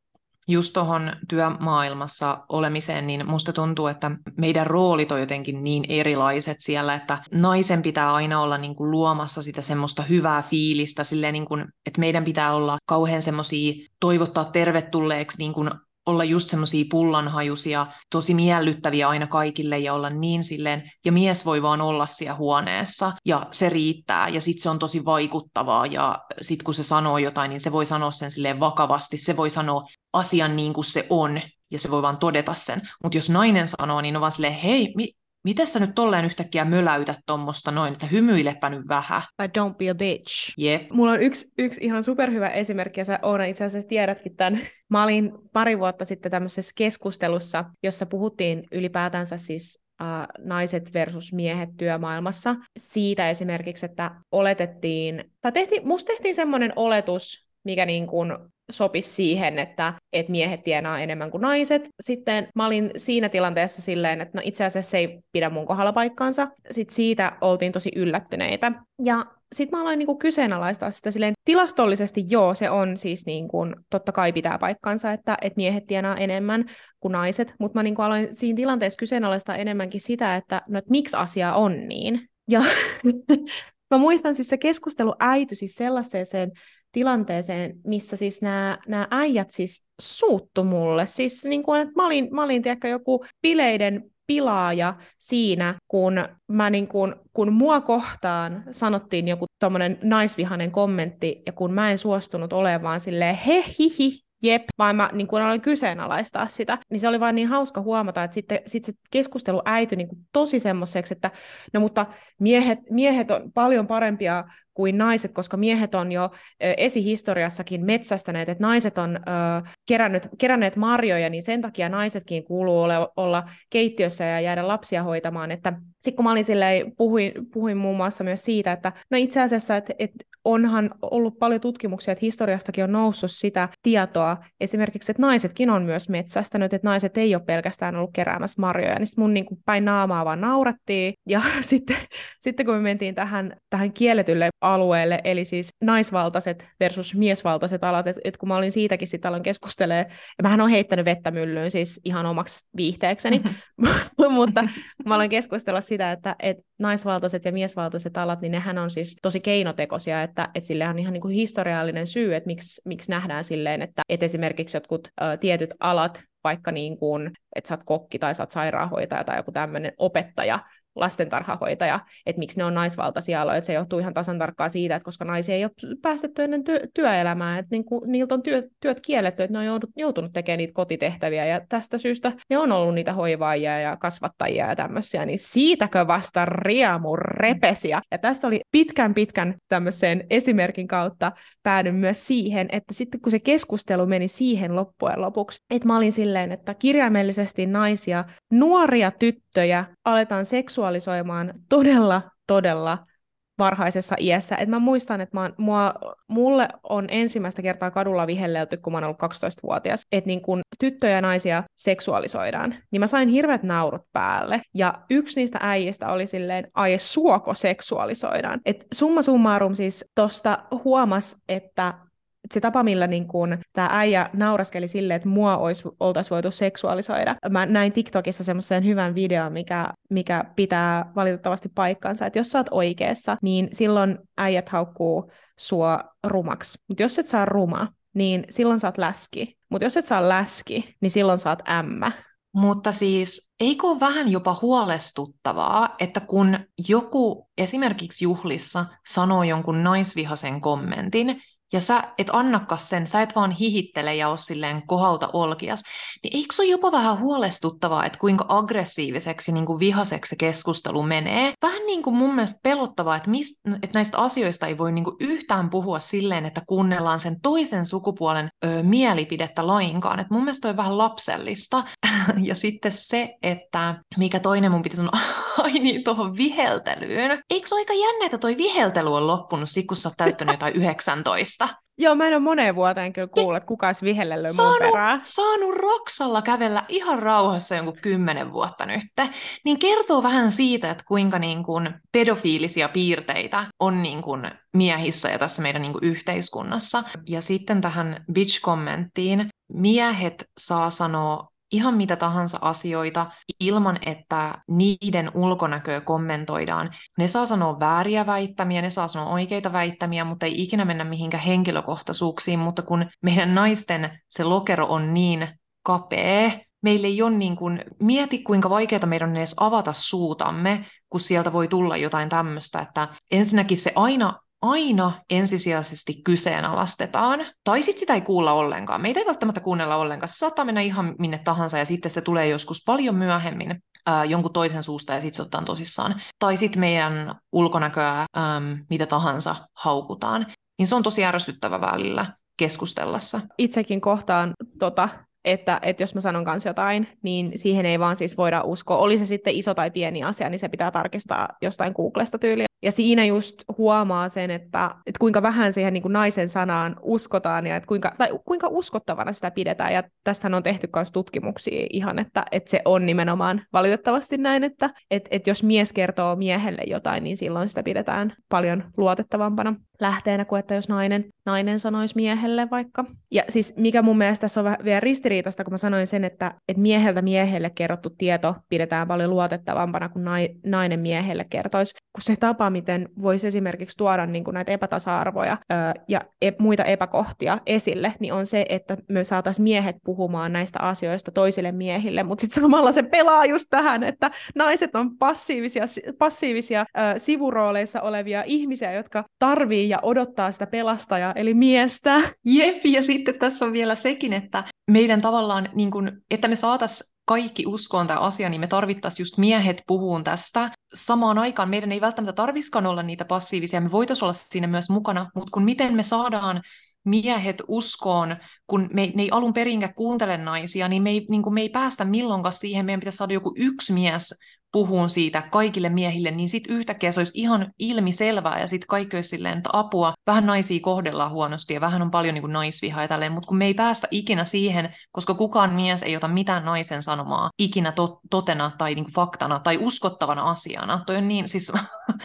Speaker 2: just tuohon työmaailmassa olemiseen, niin musta tuntuu, että meidän roolit on jotenkin niin erilaiset siellä, että naisen pitää aina olla niin kuin luomassa sitä semmoista hyvää fiilistä, silleen niin kuin, että meidän pitää olla kauhean semmoisia toivottaa tervetulleeksi niin kuin olla just semmoisia pullanhajuisia, tosi miellyttäviä aina kaikille ja olla niin silleen, ja mies voi vaan olla siellä huoneessa ja se riittää ja sitten se on tosi vaikuttavaa ja sitten kun se sanoo jotain, niin se voi sanoa sen silleen vakavasti, se voi sanoa asian niin kuin se on ja se voi vaan todeta sen, mutta jos nainen sanoo, niin on vaan silleen, hei, mi- miten sä nyt tolleen yhtäkkiä möläytät tommosta noin, että hymyilepä nyt vähän.
Speaker 1: But don't be a bitch.
Speaker 2: Jep.
Speaker 1: Mulla on yksi, yksi ihan superhyvä esimerkki, ja sä Oona itse asiassa tiedätkin tämän. Mä olin pari vuotta sitten tämmöisessä keskustelussa, jossa puhuttiin ylipäätänsä siis uh, naiset versus miehet työmaailmassa. Siitä esimerkiksi, että oletettiin, tai tehtiin, musta tehtiin semmoinen oletus, mikä niin kuin sopisi siihen, että, että miehet tienaa enemmän kuin naiset. Sitten mä olin siinä tilanteessa silleen, että no itse asiassa se ei pidä mun kohdalla paikkaansa. Sitten siitä oltiin tosi yllättyneitä. Ja sitten mä aloin niinku kyseenalaistaa sitä silleen, tilastollisesti joo, se on siis niinku, totta kai pitää paikkansa, että, että miehet tienaa enemmän kuin naiset, mutta mä niinku aloin siinä tilanteessa kyseenalaistaa enemmänkin sitä, että no, et miksi asia on niin. Ja mä muistan siis se keskustelu äity siis sellaiseen tilanteeseen, missä siis nämä, nämä äijät siis suuttu mulle. Siis niin kuin, että mä olin, mä olin tiedäkö, joku bileiden pilaaja siinä, kun, mä niin kuin, kun mua kohtaan sanottiin joku tommonen naisvihainen kommentti, ja kun mä en suostunut olemaan silleen he hihi, jep, vaan mä niin kun aloin kyseenalaistaa sitä, niin se oli vaan niin hauska huomata, että sitten sit se keskustelu äityi niin tosi semmoiseksi, että no mutta miehet, miehet on paljon parempia kuin naiset, koska miehet on jo ö, esihistoriassakin metsästäneet, että naiset on ö, kerännyt, keränneet marjoja, niin sen takia naisetkin kuuluu ole, olla keittiössä ja jäädä lapsia hoitamaan. Että sitten kun mä olin silleen, puhuin, puhuin muun muassa myös siitä, että no itse asiassa, että, että onhan ollut paljon tutkimuksia, että historiastakin on noussut sitä tietoa, esimerkiksi, että naisetkin on myös metsästänyt, että naiset ei ole pelkästään ollut keräämässä marjoja, niin sitten mun niin kuin päin naamaa vaan naurattiin, ja sitten, sitten kun me mentiin tähän, tähän kielletylle alueelle, eli siis naisvaltaiset versus miesvaltaiset alat, että et kun mä olin siitäkin sitten aloin keskustelemaan, ja mähän olen heittänyt vettä myllyyn siis ihan omaksi viihteekseni, mutta mä aloin keskustella sitä, että et naisvaltaiset ja miesvaltaiset alat, niin nehän on siis tosi keinotekoisia, että et sille on ihan niinku historiallinen syy, että miksi, miksi nähdään silleen, että et esimerkiksi jotkut ö, tietyt alat, vaikka niin kuin, että sä oot kokki tai sä oot sairaanhoitaja tai joku tämmöinen opettaja, lastentarhahoitaja, että miksi ne on naisvaltaisia aloja, että se johtuu ihan tasan tarkkaan siitä, että koska naisia ei ole päästetty ennen työ, työelämää, että niinku, niiltä on työ, työt kielletty, että ne on joudut, joutunut tekemään niitä kotitehtäviä, ja tästä syystä ne on ollut niitä hoivaajia ja kasvattajia ja tämmöisiä, niin siitäkö vasta riemu repesiä. Ja tästä oli pitkän pitkän tämmöisen esimerkin kautta päädyin myös siihen, että sitten kun se keskustelu meni siihen loppujen lopuksi, että mä olin silleen, että kirjaimellisesti naisia, nuoria tyttöjä aletaan seksuaalisoimaan todella, todella varhaisessa iässä. Et mä muistan, että mä, mua, mulle on ensimmäistä kertaa kadulla vihellelty, kun mä oon ollut kaksitoistavuotias, että niin kun tyttöjä ja naisia seksuaalisoidaan, niin mä sain hirveät naurut päälle. Ja yksi niistä äijistä oli silleen, ai suoko seksuaalisoidaan. Et summa summarum siis tosta huomas, että se tapa, millä niin kun tämä äijä nauraskeli silleen, että mua olisi, oltaisiin voitu seksuaalisoida. Mä näin TikTokissa semmoisen hyvän videon, mikä, mikä pitää valitettavasti paikkansa, että jos sä oot oikeassa, niin silloin äijät haukkuu sua rumaksi. Mutta jos et saa ruma, niin silloin sä oot läski. Mutta jos et saa läski, niin silloin sä oot ämmä.
Speaker 2: Mutta siis eikö ole vähän jopa huolestuttavaa, että kun joku esimerkiksi juhlissa sanoo jonkun naisvihaisen kommentin, ja sä et annakas sen, sä et vaan hihittele ja ole silleen kohauta olkias, niin eikö se ole jopa vähän huolestuttavaa, että kuinka aggressiiviseksi niin kuin vihaseksi se keskustelu menee? Vähän niin kuin mun mielestä pelottavaa, että, mist, että näistä asioista ei voi niin kuin yhtään puhua silleen, että kuunnellaan sen toisen sukupuolen ö, mielipidettä lainkaan. Et mun mielestä on vähän lapsellista. Ja sitten se, että mikä toinen mun pitäisi sanoa, ai niin, tuohon viheltelyyn. Eikö se ole aika jännä, että toi viheltely on loppunut, sit kun sä oot täyttänyt jotain yhdeksäntoista?
Speaker 1: Joo, mä en ole moneen vuoteen kyllä kuullut, että kukaan olisi vihellellyt mun perään.
Speaker 2: Saanut Roksalla kävellä ihan rauhassa jonkun kymmenen vuotta nyt. Niin kertoo vähän siitä, että kuinka niin kuin pedofiilisia piirteitä on niin kuin miehissä ja tässä meidän niin kuin yhteiskunnassa. Ja sitten tähän bitch-kommenttiin, miehet saa sanoa ihan mitä tahansa asioita ilman, että niiden ulkonäköä kommentoidaan. Ne saa sanoa vääriä väittämiä, ne saa sanoa oikeita väittämiä, mutta ei ikinä mennä mihinkään henkilökohtaisuuksiin, mutta kun meidän naisten se lokero on niin kapea, meillä ei ole niin kuin, mieti kuinka vaikeaa meidän on edes avata suutamme, kun sieltä voi tulla jotain tämmöistä, että ensinnäkin se aina aina ensisijaisesti kyseenalaistetaan, tai sitten sitä ei kuulla ollenkaan. Meitä ei välttämättä kuunnella ollenkaan. Se saattaa mennä ihan minne tahansa, ja sitten se tulee joskus paljon myöhemmin ää, jonkun toisen suusta, ja sitten se ottaa tosissaan. Tai sitten meidän ulkonäköä, äm, mitä tahansa, haukutaan. Niin se on tosi ärsyttävä välillä keskustellessa.
Speaker 1: Itsekin kohtaan tota, että, että jos mä sanon kanssa jotain, niin siihen ei vaan siis voida uskoa. Oli se sitten iso tai pieni asia, niin se pitää tarkistaa jostain Googlesta tyyliä. Ja siinä just huomaa sen, että, että kuinka vähän siihen niin kuin naisen sanaan uskotaan ja että kuinka, tai kuinka uskottavana sitä pidetään. Ja tästähän on tehty myös tutkimuksia ihan, että, että se on nimenomaan valitettavasti näin, että, että, että jos mies kertoo miehelle jotain, niin silloin sitä pidetään paljon luotettavampana lähteenä kuin että jos nainen, nainen sanoisi miehelle vaikka. Ja siis mikä mun mielestä tässä on vielä ristiriitaista, kun mä sanoin sen, että, että mieheltä miehelle kerrottu tieto pidetään paljon luotettavampana kuin nainen miehelle kertoisi, kun se tapa, miten voisi esimerkiksi tuoda niin kuin näitä epätasa-arvoja öö, ja e- muita epäkohtia esille, niin on se, että me saataisiin miehet puhumaan näistä asioista toisille miehille, mutta sitten samalla se pelaa just tähän, että naiset on passiivisia, passiivisia öö, sivurooleissa olevia ihmisiä, jotka tarvii ja odottaa sitä pelastajaa, eli miestä.
Speaker 2: Jep, ja sitten tässä on vielä sekin, että meidän tavallaan, niin kuin, että me saataisiin kaikki uskoon tämä asia, niin me tarvittaisiin just miehet puhuun tästä. Samaan aikaan meidän ei välttämättä tarvitsisikaan olla niitä passiivisia, me voitaisiin olla siinä myös mukana, mutta kun miten me saadaan miehet uskoon, kun me, ne ei alun perinkään kuuntele naisia, niin me ei, niin kuin me ei päästä milloinkaan siihen, meidän pitäisi saada joku yksi mies puhuun siitä kaikille miehille, niin sitten yhtäkkiä se olisi ihan ilmiselvää, ja sitten kaikki olisi silleen, että apua, vähän naisia kohdellaan huonosti, ja vähän on paljon niin kuin naisvihaa ja tälleen, mutta kun me ei päästä ikinä siihen, koska kukaan mies ei ota mitään naisen sanomaa ikinä to- totena tai niin kuin faktana tai uskottavana asiana. Toi on niin siis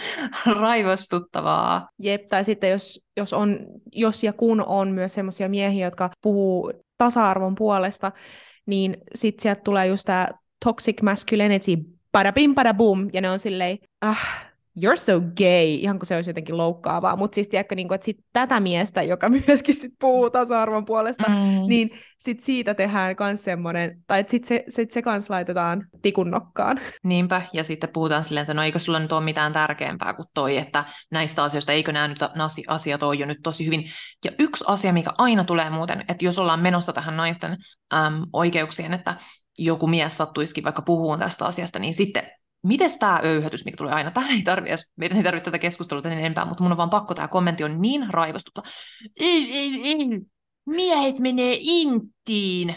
Speaker 2: raivostuttavaa.
Speaker 1: Jep, tai sitten jos, jos, on, jos ja kun on myös semmoisia miehiä, jotka puhuu tasa-arvon puolesta, niin sitten sieltä tulee just tämä toxic masculinity, padabim padabum, ja ne on silleen, ah, you're so gay, ihan kuin se olisi jotenkin loukkaavaa, mutta siis tiedätkö, niin kuin, että sit tätä miestä, joka myöskin sit puhuu tasa-arvon puolesta, mm. niin sit siitä tehdään myös semmoinen, tai että sit se, sit se kans laitetaan tikun nokkaan.
Speaker 2: Niinpä, ja sitten puhutaan silleen, että no eikö sulla nyt ole mitään tärkeämpää kuin toi, että näistä asioista, eikö nämä nyt asiat ole jo nyt tosi hyvin. Ja yksi asia, mikä aina tulee muuten, että jos ollaan menossa tähän naisten äm, oikeuksien, että joku mies sattuisikin vaikka puhumaan tästä asiasta, niin sitten mites tämä öyhötys, mikä tulee aina, tämä ei tarvitse, meidän ei tarvitse tätä keskustelua niin enempää, mutta mun on vaan pakko, tämä kommentti on niin raivostuttava. Ei, ei, ei, miehet menee inttiin.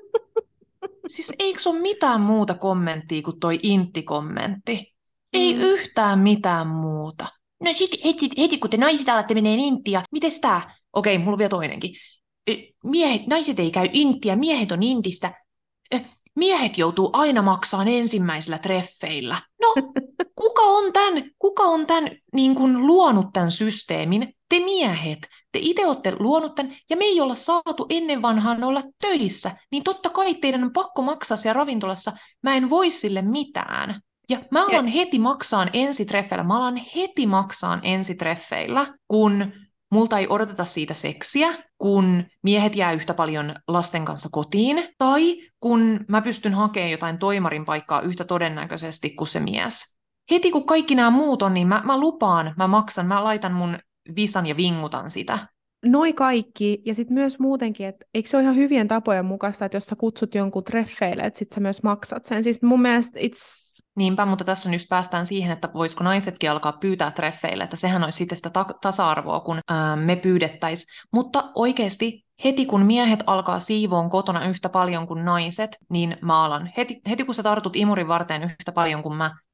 Speaker 2: Siis eikö se ole mitään muuta kommenttia kuin toi intti-kommentti? Ei mm. yhtään mitään muuta. No sit heti, heti kun te naiset alatte menee inttiin, ja mites tää? Okei, mulla on vielä toinenkin. Miehet, naiset ei käy inttiä, miehet on intistä. Miehet joutuu aina maksamaan ensimmäisillä treffeillä. No, kuka on tämän, kuka on tämän niin kuin luonut tämän systeemin? Te miehet. Te itse olette luonut tämän, ja me ei olla saatu ennen vanhaan olla töissä. Niin totta kai teidän on pakko maksaa siellä ravintolassa. Mä en voi sille mitään. Ja mä alan ja... heti maksaan ensitreffeillä. Mä alan heti maksaan ensitreffeillä, kun multa ei odoteta siitä seksiä, kun miehet jää yhtä paljon lasten kanssa kotiin, tai kun mä pystyn hakemaan jotain toimarin paikkaa yhtä todennäköisesti kuin se mies. Heti kun kaikki nämä muut on, niin mä, mä lupaan, mä maksan, mä laitan mun visan ja vingutan sitä.
Speaker 1: Noi kaikki, ja sitten myös muutenkin, että eikö se ole ihan hyvien tapojen mukaista, että jos sä kutsut jonkun treffeille, että sit sä myös maksat sen. Siis mun mielestä it's...
Speaker 2: Niinpä, mutta tässä nyt päästään siihen, että voisiko naisetkin alkaa pyytää treffeille, että sehän olisi sitten sitä ta- tasa-arvoa, kun ää, me pyydettäisiin. Mutta oikeasti heti kun miehet alkaa siivoon kotona yhtä paljon kuin naiset, niin mä alan. Heti, heti kun sä tartut imurin varteen yhtä paljon kuin mä,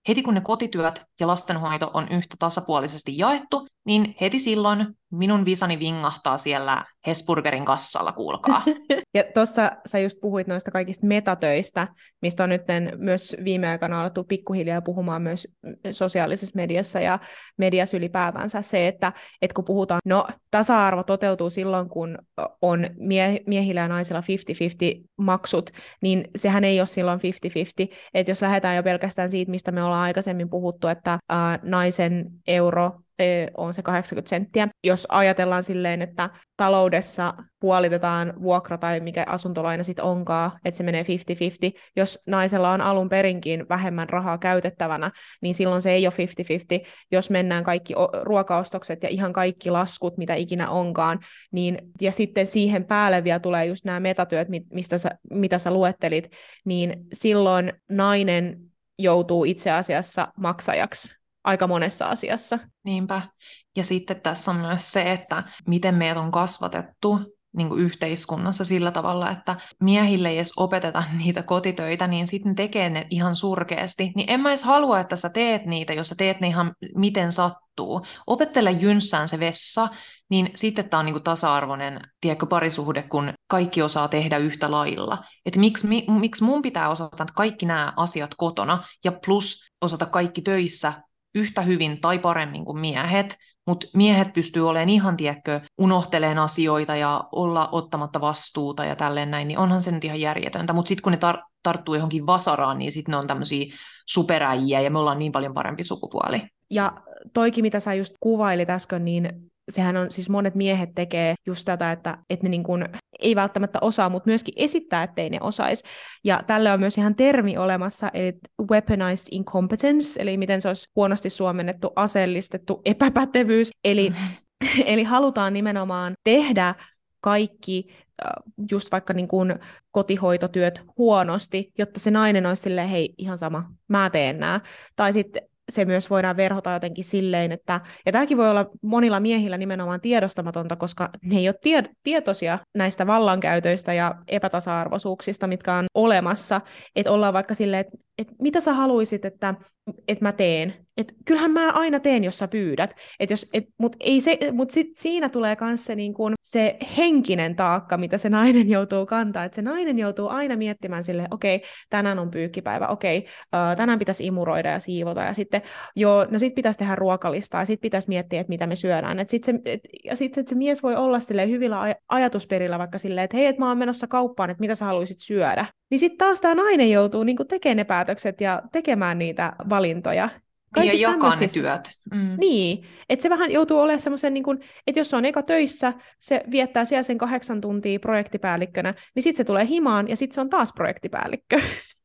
Speaker 2: heti kun ne kotityöt ja lastenhoito on yhtä tasapuolisesti jaettu, niin heti silloin minun visani vingahtaa siellä Hesburgerin kassalla, kuulkaa.
Speaker 1: Ja tuossa sä just puhuit noista kaikista metatöistä, mistä on nyt myös viime aikoina alettu pikkuhiljaa puhumaan myös sosiaalisessa mediassa ja mediassa ylipäätänsä se, että, että kun puhutaan, no tasa-arvo toteutuu silloin, kun on mie- miehillä ja naisilla viisikymmentä viisikymmentä maksut, niin sehän ei ole silloin viisikymmentä viisikymmentä, että jos lähdetään jo pelkästään siitä, mistä me ollaan aikaisemmin puhuttu, että ää, naisen euro on se kahdeksankymmentä senttiä. Jos ajatellaan silleen, että taloudessa puolitetaan vuokra tai mikä asuntolaina sitten onkaan, että se menee viisikymmentä viisikymmentä, jos naisella on alun perinkin vähemmän rahaa käytettävänä, niin silloin se ei ole viisikymmentä viisikymmentä. Jos mennään kaikki ruokaostokset ja ihan kaikki laskut, mitä ikinä onkaan, niin, ja sitten siihen päälle vielä tulee just nämä metatyöt, mistä sä, mitä sä luettelit, niin silloin nainen joutuu itse asiassa maksajaksi aika monessa asiassa.
Speaker 2: Niinpä. Ja sitten tässä on myös se, että miten meidät on kasvatettu niin kuin yhteiskunnassa sillä tavalla, että miehille ei edes opeteta niitä kotitöitä, niin sitten ne tekee ne ihan surkeasti. Niin en mä edes halua, että sä teet niitä, jos sä teet ne ihan miten sattuu. Opettele jynssään se vessa, niin sitten tämä on niin kuin tasa-arvoinen tiedätkö, parisuhde, kun kaikki osaa tehdä yhtä lailla. Että miksi, mi, miksi mun pitää osata kaikki nämä asiat kotona ja plus osata kaikki töissä yhtä hyvin tai paremmin kuin miehet, mutta miehet pystyy olemaan ihan, tiedätkö, unohteleen asioita ja olla ottamatta vastuuta ja tälleen näin, niin onhan se nyt ihan järjetöntä. Mutta sitten kun ne tar- tarttuu johonkin vasaraan, niin sitten ne on tämmöisiä superäjiä ja me ollaan niin paljon parempi sukupuoli.
Speaker 1: Ja toikin, mitä sä just kuvailit äsken, niin sehän on, siis monet miehet tekee just tätä, että, että ne niin kuin ei välttämättä osaa, mutta myöskin esittää, ettei ne osaisi. Ja tälle on myös ihan termi olemassa, eli weaponized incompetence, eli miten se olisi huonosti suomennettu, aseellistettu epäpätevyys. Eli, mm-hmm. eli halutaan nimenomaan tehdä kaikki just vaikka niin kuin kotihoitotyöt huonosti, jotta se nainen olisi silleen, hei, ihan sama, mä teen nämä. Tai sitten se myös voidaan verhota jotenkin silleen, että, ja tämäkin voi olla monilla miehillä nimenomaan tiedostamatonta, koska ne ei ole tie- tietoisia näistä vallankäytöistä ja epätasa-arvoisuuksista, mitkä on olemassa, että ollaan vaikka silleen, että, että mitä sä haluisit, että, että mä teen, että kyllähän mä aina teen, jos sä pyydät, että jos, et, mutta mut sitten siinä tulee myös se, niin kun, se henkinen taakka, mitä se nainen joutuu kantaa, että se nainen joutuu aina miettimään silleen, okei, okay, tänään on pyykkipäivä, okei, okay, uh, tänään pitäisi imuroida ja siivota, ja sitten, joo, no sit pitäisi tehdä ruokalistaa, ja sitten pitäisi miettiä, että mitä me syödään, et sit se, et, ja sitten että se mies voi olla silleen hyvillä aj- ajatusperillä vaikka silleen, että hei, että mä oon menossa kauppaan, että mitä sä haluaisit syödä, niin sitten taas tämä nainen joutuu niin kun tekemään ne päätökset ja tekemään niitä valintoja.
Speaker 2: Ja jakaa ne työt. Mm.
Speaker 1: Niin, että se vähän joutuu olemaan semmoisen, niin kuin, että jos se on eka töissä, se viettää siellä sen kahdeksan tuntia projektipäällikkönä, niin sitten se tulee himaan ja sitten se on taas projektipäällikkö.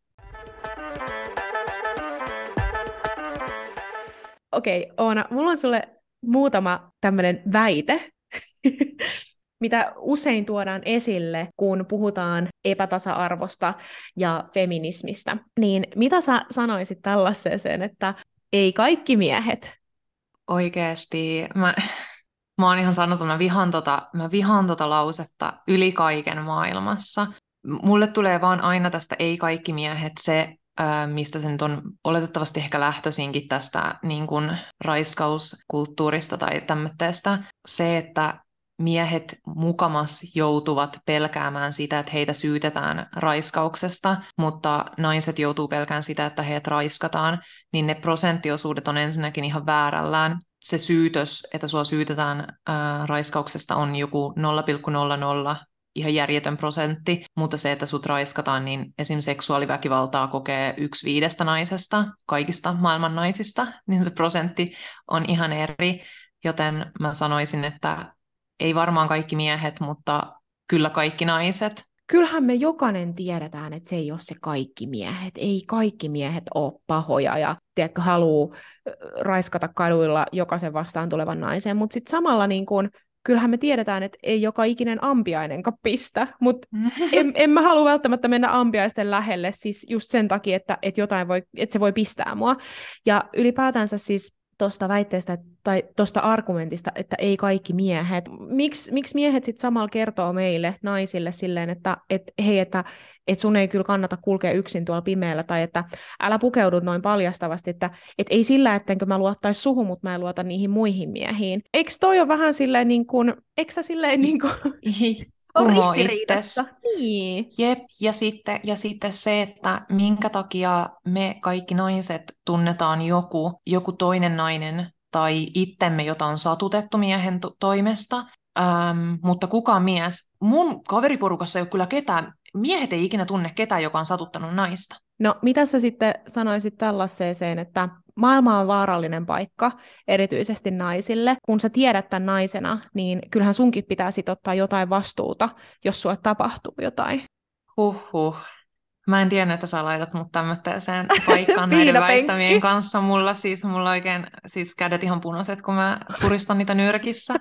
Speaker 1: Okei, okay, Oona, mulla on sulle muutama tämmöinen väite, mitä usein tuodaan esille, kun puhutaan epätasa-arvosta ja feminismistä. Niin mitä sä sanoisit tällaiseen, että ei kaikki miehet?
Speaker 2: Oikeesti, mä, mä oon ihan sanottu, mä vihaan tota, mä vihaan tota lausetta yli kaiken maailmassa. Mulle tulee vaan aina tästä ei kaikki miehet se, mistä se nyt on oletettavasti ehkä lähtöisinkin tästä niin kuin raiskauskulttuurista tai tämmöistä. Se, että miehet mukamas joutuvat pelkäämään sitä, että heitä syytetään raiskauksesta, mutta naiset joutuu pelkään sitä, että heidät raiskataan, niin ne prosenttiosuudet on ensinnäkin ihan väärällään. Se syytös, että sua syytetään ää, raiskauksesta on joku nolla pilkku nolla nolla, ihan järjetön prosentti, mutta se, että sut raiskataan, niin esim. Seksuaaliväkivaltaa kokee yksi viidestä naisesta, kaikista maailman naisista, niin se prosentti on ihan eri, joten mä sanoisin, että ei varmaan kaikki miehet, mutta kyllä kaikki naiset.
Speaker 1: Kyllähän me jokainen tiedetään, että se ei ole se kaikki miehet. Ei kaikki miehet ole pahoja ja tiedätkö, haluaa raiskata kaduilla jokaisen vastaan tulevan naisen, mutta sitten samalla niin kun, kyllähän me tiedetään, että ei joka ikinen ampiainenkaan pistä, mutta en, en mä halua välttämättä mennä ampiaisten lähelle siis just sen takia, että, että, jotain voi, että se voi pistää mua. Ja ylipäätänsä siis tuosta väitteestä tai tuosta argumentista, että ei kaikki miehet. Miks, miksi miehet sitten samalla kertoo meille, naisille, silleen, että et, hei, että et sun ei kyllä kannata kulkea yksin tuolla pimeällä, tai että älä pukeudu noin paljastavasti, että et ei sillä, ettenkö mä luottaisi suhun, mutta mä en luota niihin muihin miehiin. Eikö toi ole vähän silleen niin kuin, eikö sä silleen niin kuin, on
Speaker 2: Kumo
Speaker 1: ristiriidassa?
Speaker 2: itses.
Speaker 1: Niin.
Speaker 2: Jep, ja sitten, ja sitten se, että minkä takia me kaikki naiset tunnetaan joku, joku toinen nainen tai itsemme, jota on satutettu miehen to- toimesta, ähm, mutta kukaan mies. Mun kaveriporukassa ei ole kyllä ketään, miehet ei ikinä tunne ketään, joka on satuttanut naista.
Speaker 1: No, mitä sä sitten sanoisit tällaiseen, että maailma on vaarallinen paikka, erityisesti naisille. Kun sä tiedät tämän naisena, niin kyllähän sunkin pitää sit ottaa jotain vastuuta, jos sulle tapahtuu jotain.
Speaker 2: Huhhuh. Mä en tiedä, että sä laitat mut tämmöiseen paikkaan näiden
Speaker 1: Piinapenkki.
Speaker 2: väittämien kanssa. Mulla siis, mulla oikein siis kädet ihan punaiset, kun mä puristan niitä nyrkissä.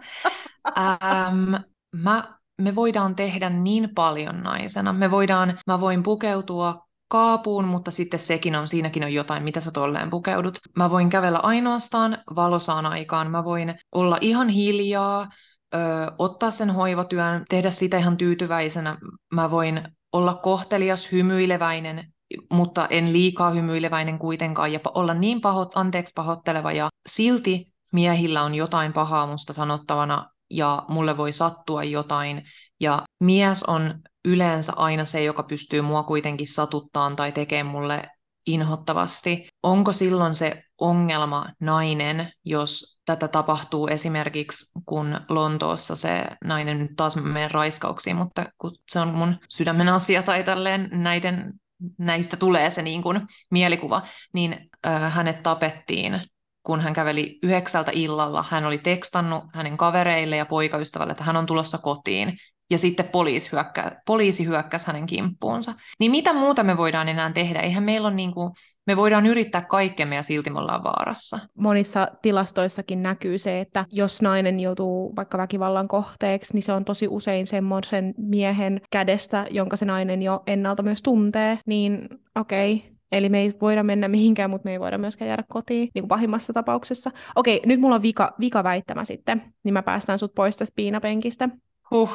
Speaker 2: Ähm, mä, me voidaan tehdä niin paljon naisena. Me voidaan, mä voin pukeutua kaapuun, mutta sitten sekin on, siinäkin on jotain, mitä sä tolleen pukeudut. Mä voin kävellä ainoastaan valosaan aikaan. Mä voin olla ihan hiljaa, ö, ottaa sen hoivatyön, tehdä sitä ihan tyytyväisenä. Mä voin olla kohtelias, hymyileväinen, mutta en liikaa hymyileväinen kuitenkaan, ja olla niin pahot, anteeksi pahoitteleva, ja silti miehillä on jotain pahaa musta sanottavana, ja mulle voi sattua jotain, ja mies on yleensä aina se, joka pystyy mua kuitenkin satuttaan tai tekemään mulle inhottavasti. Onko silloin se ongelma nainen, jos tätä tapahtuu esimerkiksi, kun Lontoossa se nainen, nyt taas menen raiskauksiin, mutta kun se on mun sydämen asia tai tälleen näiden, näistä tulee se niin kuin mielikuva, niin äh, hänet tapettiin, kun hän käveli yhdeksältä illalla. Hän oli tekstannut hänen kavereille ja poikaystävälle, että hän on tulossa kotiin. Ja sitten poliisi, hyökkä, poliisi hyökkäsi hänen kimppuunsa. Niin mitä muuta me voidaan enää tehdä? Eihän meillä ole niin kuin, me voidaan yrittää kaikkemme ja silti me ollaan vaarassa.
Speaker 1: Monissa tilastoissakin näkyy se, että jos nainen joutuu vaikka väkivallan kohteeksi, niin se on tosi usein semmoisen miehen kädestä, jonka se nainen jo ennalta myös tuntee. Niin okei, okay. Eli me ei voida mennä mihinkään, mutta me ei voida myöskään jäädä kotiin, niin kuin pahimmassa tapauksessa. Okei, nyt mulla on vika, vika väittämä sitten, niin mä päästän sut pois tästä piinapenkistä.
Speaker 2: Huh.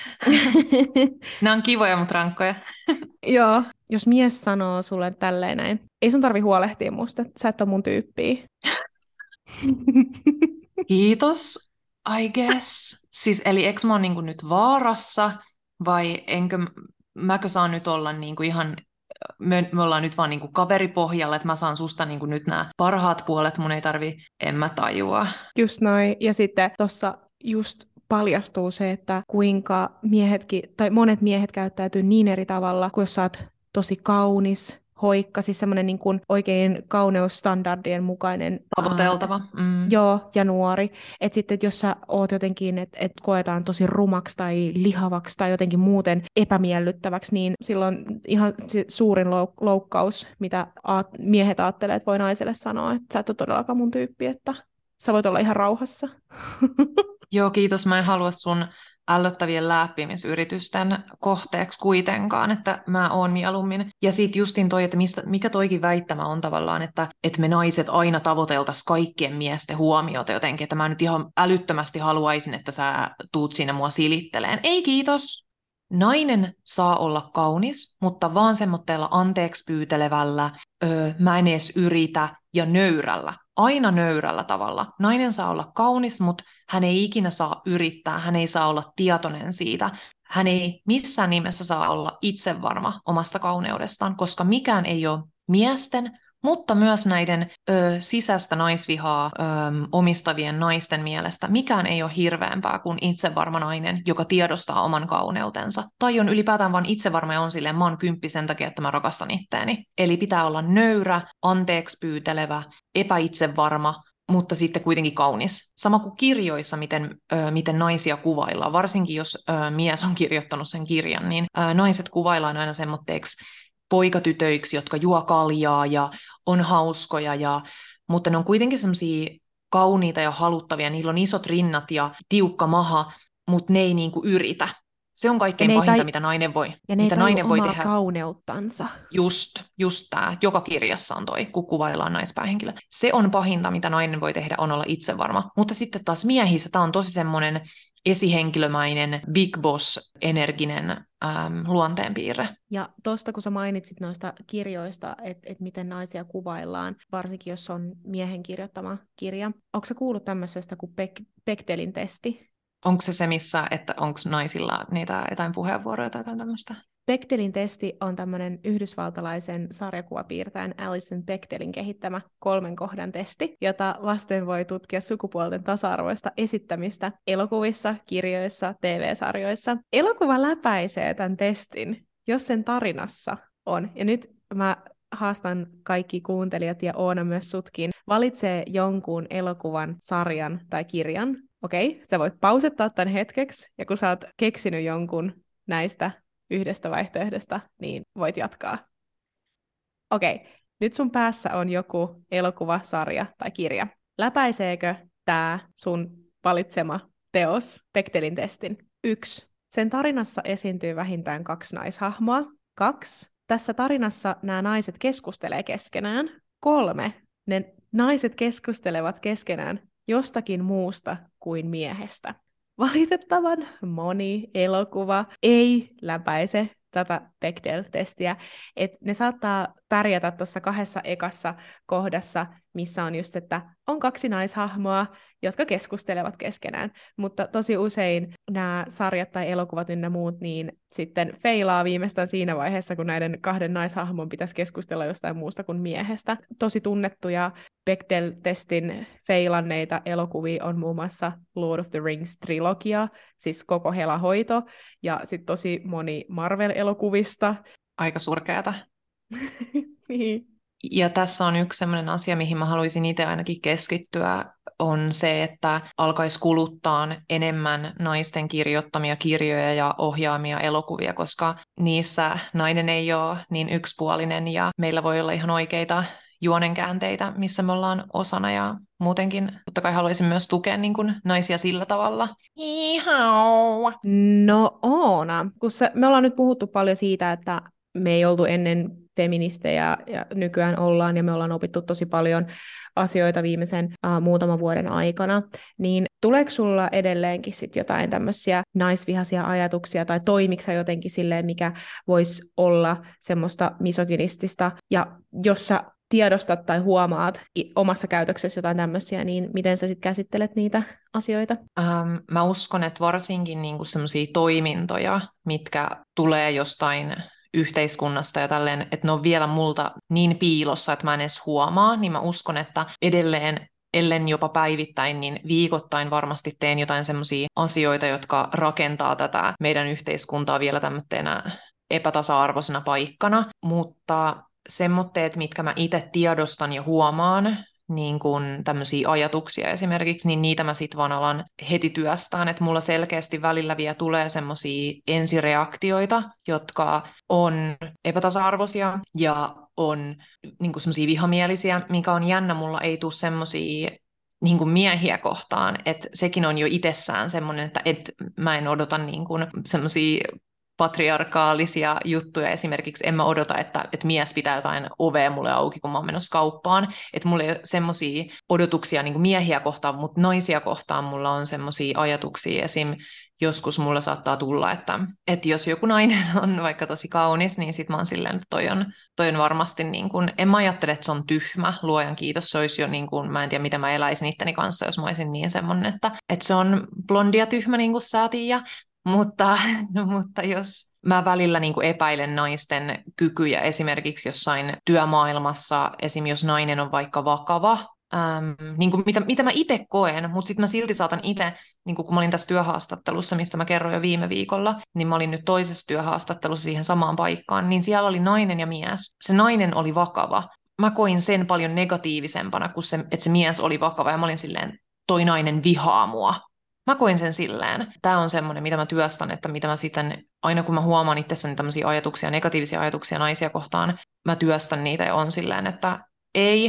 Speaker 2: Nämä on kivoja, mutta rankkoja.
Speaker 1: Joo. Jos mies sanoo sulle tälleen näin, ei sun tarvi huolehtia musta, että sä et ole mun tyyppiä.
Speaker 2: Kiitos, I guess. Siis, eli eikö mä oon niinku nyt vaarassa, vai enkö mäkö saan nyt olla niinku ihan, me, me ollaan nyt vaan niinku kaveripohjalla, että mä saan susta niinku nyt nämä parhaat puolet, mun ei tarvi, en mä tajua.
Speaker 1: Just noin. Ja sitten tossa just paljastuu se, että kuinka miehetkin, tai monet miehet käyttäytyy niin eri tavalla, kuin jos sä oot tosi kaunis, hoikka, siis semmoinen niin kuin oikein kauneusstandardien mukainen.
Speaker 2: Tavoiteltava. Mm.
Speaker 1: Joo, ja nuori. Että sitten, jos sä oot jotenkin, että et koetaan tosi rumaksi tai lihavaksi tai jotenkin muuten epämiellyttäväksi, niin silloin ihan suurin louk- loukkaus, mitä aat- miehet ajattelee, että voi naiselle sanoa, että sä et ole todellakaan mun tyyppi, että sä voit olla ihan rauhassa.
Speaker 2: Joo, kiitos. Mä en halua sun ällöttävien läppimisyritysten kohteeksi kuitenkaan, että mä oon mieluummin. Ja sitten justin toi, että mistä, mikä toikin väittämä on tavallaan, että, että me naiset aina tavoiteltaisiin kaikkien miesten huomiota jotenkin, että mä nyt ihan älyttömästi haluaisin, että sä tuut sinne mua silitteleen. Ei kiitos. Nainen saa olla kaunis, mutta vaan semmoitteella anteeksi pyytelevällä, öö, mä en edes yritä, ja nöyrällä. Aina nöyrällä tavalla. Nainen saa olla kaunis, mutta hän ei ikinä saa yrittää, hän ei saa olla tietoinen siitä. Hän ei missään nimessä saa olla itsevarma omasta kauneudestaan, koska mikään ei ole miesten, mutta myös näiden ö, sisäistä naisvihaa ö, omistavien naisten mielestä mikään ei ole hirveämpää kuin itsevarma nainen, joka tiedostaa oman kauneutensa. Tai on ylipäätään vain itsevarma ja on silleen, mä oon kymppi sen takia, että mä rakastan itteeni. Eli pitää olla nöyrä, anteeksi pyytelevä, epäitsevarma, mutta sitten kuitenkin kaunis. Sama kuin kirjoissa, miten, ö, miten naisia kuvaillaan. Varsinkin jos ö, mies on kirjoittanut sen kirjan, niin ö, naiset kuvaillaan aina semmoitteeksi poikatytöiksi, jotka juo kaljaa ja on hauskoja, ja, mutta ne on kuitenkin semmoisia kauniita ja haluttavia. Niillä on isot rinnat ja tiukka maha, mutta ne ei niinku yritä. Se on
Speaker 1: Ja
Speaker 2: kaikkein
Speaker 1: ne ei,
Speaker 2: pahinta,
Speaker 1: tai,
Speaker 2: mitä nainen voi,
Speaker 1: ja ne ei
Speaker 2: mitä
Speaker 1: taju
Speaker 2: nainen voi
Speaker 1: omaa
Speaker 2: tehdä.
Speaker 1: kauneuttansa.
Speaker 2: Just, just tämä. Joka kirjassa on toi, kun kuvaillaan naispäähenkilö. Se on pahinta, mitä nainen voi tehdä, on olla itsevarma. Mutta sitten taas miehissä tämä on tosi semmoinen esihenkilömäinen, big boss, energinen ähm, luonteenpiirre.
Speaker 1: Ja tuosta, kun sä mainitsit noista kirjoista, että et miten naisia kuvaillaan, varsinkin jos on miehen kirjoittama kirja. Onko sä kuullut tämmöisestä kuin Beck- Bechdelin testi?
Speaker 2: Onko se se, missä, että onko naisilla niitä jotain puheenvuoroja tai jotain tämmöistä?
Speaker 1: Bechdelin testi on tämmöinen yhdysvaltalaisen sarjakuvapiirtäjän Alison Bechdelin kehittämä kolmen kohdan testi, jota vasten voi tutkia sukupuolten tasa-arvoista esittämistä elokuvissa, kirjoissa, T V-sarjoissa. Elokuva läpäisee tämän testin, jos sen tarinassa on. Ja nyt mä haastan kaikki kuuntelijat ja Oona myös sutkin. Valitsee jonkun elokuvan, sarjan tai kirjan. Okei, okay? Sä voit pausettaa tämän hetkeksi, ja kun sä oot keksinyt jonkun näistä yhdestä vaihtoehdosta, niin voit jatkaa. Okei, okay. Nyt sun päässä on joku elokuva, sarja tai kirja. Läpäiseekö tämä sun valitsema teos Bechdelin testin? Yksi. Sen tarinassa esiintyy vähintään kaksi naishahmoa. Kaksi. Tässä tarinassa nämä naiset keskustelee keskenään. Kolme. Ne naiset keskustelevat keskenään jostakin muusta kuin miehestä. Valitettavan moni elokuva ei läpäise tätä Bechdel-testiä. Et ne saattaa pärjätä tuossa kahdessa ekassa kohdassa, missä on just, että on kaksi naishahmoa, jotka keskustelevat keskenään. Mutta tosi usein nämä sarjat tai elokuvat ynnä muut niin sitten feilaa viimeistään siinä vaiheessa, kun näiden kahden naishahmon pitäisi keskustella jostain muusta kuin miehestä. Tosi tunnettuja Bechdel-testin feilanneita elokuvia on muun muassa Lord of the Rings-trilogia, siis koko helahoito, ja sitten tosi moni Marvel-elokuvista.
Speaker 2: Aika surkeata.
Speaker 1: Niin.
Speaker 2: Ja tässä on yksi sellainen asia, mihin mä haluaisin itse ainakin keskittyä, on se, että alkaisi kuluttaa enemmän naisten kirjoittamia kirjoja ja ohjaamia elokuvia, koska niissä nainen ei ole niin yksipuolinen ja meillä voi olla ihan oikeita juonenkäänteitä, missä me ollaan osana ja muutenkin. Totta kai haluaisin myös tukea niin kuin naisia sillä tavalla. Ihau.
Speaker 1: No Oona, kun sä, me ollaan nyt puhuttu paljon siitä, että me ei oltu ennen feministejä ja nykyään ollaan ja me ollaan opittu tosi paljon asioita viimeisen uh, muutaman vuoden aikana, niin tuleeko sulla edelleenkin sit jotain tämmöisiä naisvihaisia ajatuksia tai toimiksa jotenkin silleen, mikä voisi olla semmoista misogynistista ja jos sä tiedostat tai huomaat omassa käytöksessä jotain tämmöisiä, niin miten sä sitten käsittelet niitä asioita?
Speaker 2: Ähm, mä uskon, että varsinkin niinku semmoisia toimintoja, mitkä tulee jostain yhteiskunnasta ja tälleen, että ne on vielä multa niin piilossa, että mä en edes huomaa, niin mä uskon, että edelleen, ellen jopa päivittäin, niin viikoittain varmasti teen jotain semmoisia asioita, jotka rakentaa tätä meidän yhteiskuntaa vielä tämmöisenä epätasa-arvoisena paikkana, mutta semmoitteet, mitkä mä itse tiedostan ja huomaan, niin kuin tämmöisiä ajatuksia esimerkiksi, niin niitä mä sit vaan alan heti työstään, että mulla selkeästi välillä vielä tulee semmoisia ensireaktioita, jotka on epätasa-arvoisia ja on niin kuin semmoisia vihamielisiä, mikä on jännä, mulla ei tule semmoisia niin kuin miehiä kohtaan, että sekin on jo itsessään semmoinen, että et, mä en odota niin kuin semmoisia patriarkaalisia juttuja. Esimerkiksi en mä odota, että, että mies pitää jotain ovea mulle auki, kun mä oon menossa kauppaan. Että mulla ei ole semmoisia odotuksia niin kuin miehiä kohtaan, mutta naisia kohtaan mulla on semmoisia ajatuksia. Esim. Joskus mulla saattaa tulla, että, että jos joku nainen on vaikka tosi kaunis, niin sit mä oon silleen, että toi on, toi on varmasti, niin kuin, en mä ajattele, että se on tyhmä, luojan kiitos, se olisi jo, niin kuin, mä en tiedä, miten mä eläisin itteni kanssa, jos mä olisin niin semmoinen, että, että se on blondia tyhmä, niin kuin sä Tiia. Mutta, mutta jos mä välillä niin kuin epäilen naisten kykyjä esimerkiksi jossain työmaailmassa, esim. Jos nainen on vaikka vakava, äm, niin kuin mitä, mitä mä itse koen, mutta sitten mä silti saatan itse, niin kuin kun mä olin tässä työhaastattelussa, mistä mä kerroin jo viime viikolla, niin mä olin nyt toisessa työhaastattelussa siihen samaan paikkaan, niin siellä oli nainen ja mies. Se nainen oli vakava. Mä koin sen paljon negatiivisempana, kuin se, että se mies oli vakava ja mä olin silleen, toi nainen vihaa mua. Mä koin sen silleen. Tämä on semmoinen, mitä mä työstän, että mitä mä sitten, aina kun mä huomaan itsessäni tämmöisiä ajatuksia, negatiivisia ajatuksia naisia kohtaan, mä työstän niitä ja on silleen, että ei,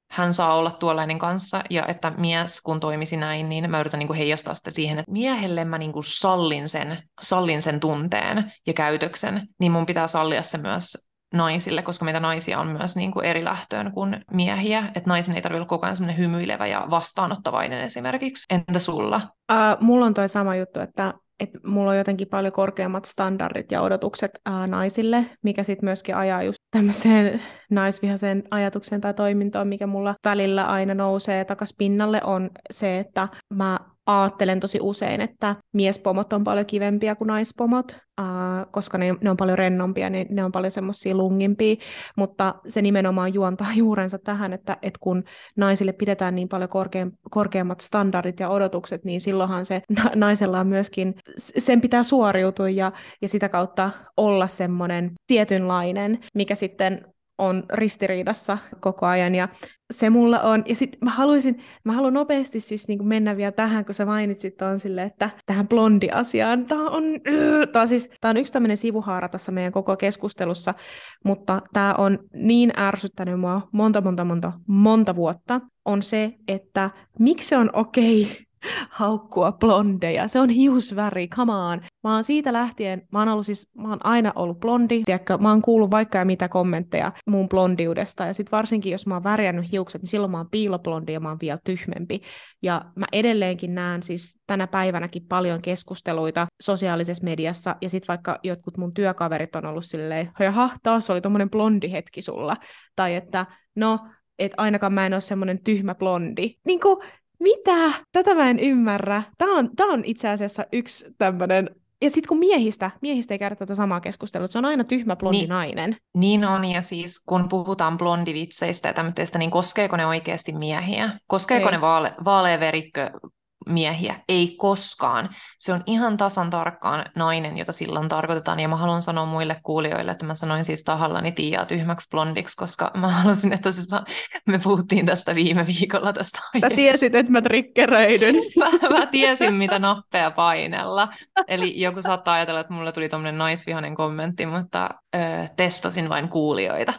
Speaker 2: hän saa olla tuollainen kanssa, ja että mies kun toimisi näin, niin mä yritän niin kuin heijastaa sitä siihen, että miehelle mä niin kuin sallin sen, sallin sen tunteen ja käytöksen, niin mun pitää sallia se myös naisille, koska meitä naisia on myös niin kuin eri lähtöön kuin miehiä, että naisen ei tarvitse olla koko ajan semmoinen hymyilevä ja vastaanottavainen esimerkiksi. Entä sulla?
Speaker 1: Uh, mulla on toi sama juttu, että et mulla on jotenkin paljon korkeammat standardit ja odotukset ää, naisille, mikä sitten myöskin ajaa just tämmöiseen naisvihaiseen ajatukseen tai toimintoon, mikä mulla välillä aina nousee takas pinnalle, on se, että mä ajattelen tosi usein, että miespomot on paljon kivempiä kuin naispomot, ää, koska ne, ne on paljon rennompia, ne, ne on paljon semmoisia lungimpia, mutta se nimenomaan juontaa juurensa tähän, että et kun naisille pidetään niin paljon korkeam, korkeammat standardit ja odotukset, niin silloinhan se na- naisella on myöskin, sen pitää suoriutua ja, ja sitä kautta olla semmoinen tietynlainen, mikä sitten on ristiriidassa koko ajan, ja se mulla on, ja sitten mä haluaisin, mä haluan nopeasti siis niin kuin mennä vielä tähän, kun sä mainitsit on sille, että tähän blondi-asiaan, tää on, tää on siis, tää on yksi tämmöinen sivuhaara tässä meidän koko keskustelussa, mutta tää on niin ärsyttänyt mua monta, monta, monta, monta vuotta, on se, että miksi se on okei haukkua blondeja. Se on hiusväri, come on. Mä oon siitä lähtien, mä oon, ollut siis, mä oon aina ollut blondi. Tiedätkö, mä oon kuullut vaikka ja mitä kommentteja mun blondiudesta. Ja sit varsinkin, jos mä oon värjännyt hiukset, niin silloin mä oon piiloblondi ja mä oon vielä tyhmempi. Ja mä edelleenkin näen siis tänä päivänäkin paljon keskusteluita sosiaalisessa mediassa. Ja sit vaikka jotkut mun työkaverit on ollut silleen, jaha, taas oli tommonen blondi hetki sulla. Tai että, no, et ainakaan mä en ole semmonen tyhmä blondi. Niinku, mitä? Tätä mä en ymmärrä. Tämä on, tämä on itse asiassa yksi tämmöinen. Ja sitten kun miehistä, miehistä ei käydä tätä samaa keskustelua, se on aina tyhmä blondi
Speaker 2: niin,
Speaker 1: nainen.
Speaker 2: Niin on, ja siis kun puhutaan blondivitseistä ja tämmöistä, niin koskeeko ne oikeasti miehiä? Koskeeko
Speaker 1: Ei.
Speaker 2: ne vaale, vaaleaverikkö miehiä? Ei koskaan. Se on ihan tasan tarkkaan nainen, jota silloin tarkoitetaan, ja mä haluan sanoa muille kuulijoille, että mä sanoin siis tahallani Tiiaa tyhmäksi blondiksi, koska mä halusin, että se saa... me puhuttiin tästä viime viikolla tästä aiheesta.
Speaker 1: Sä tiesit, että mä triggeröidyn.
Speaker 2: mä, mä tiesin, mitä nappeja painella. Eli joku saattaa ajatella, että mulle tuli tommonen naisvihainen kommentti, mutta ö, testasin vain kuulijoita.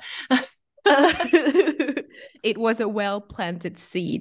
Speaker 1: It was a well-planted seed.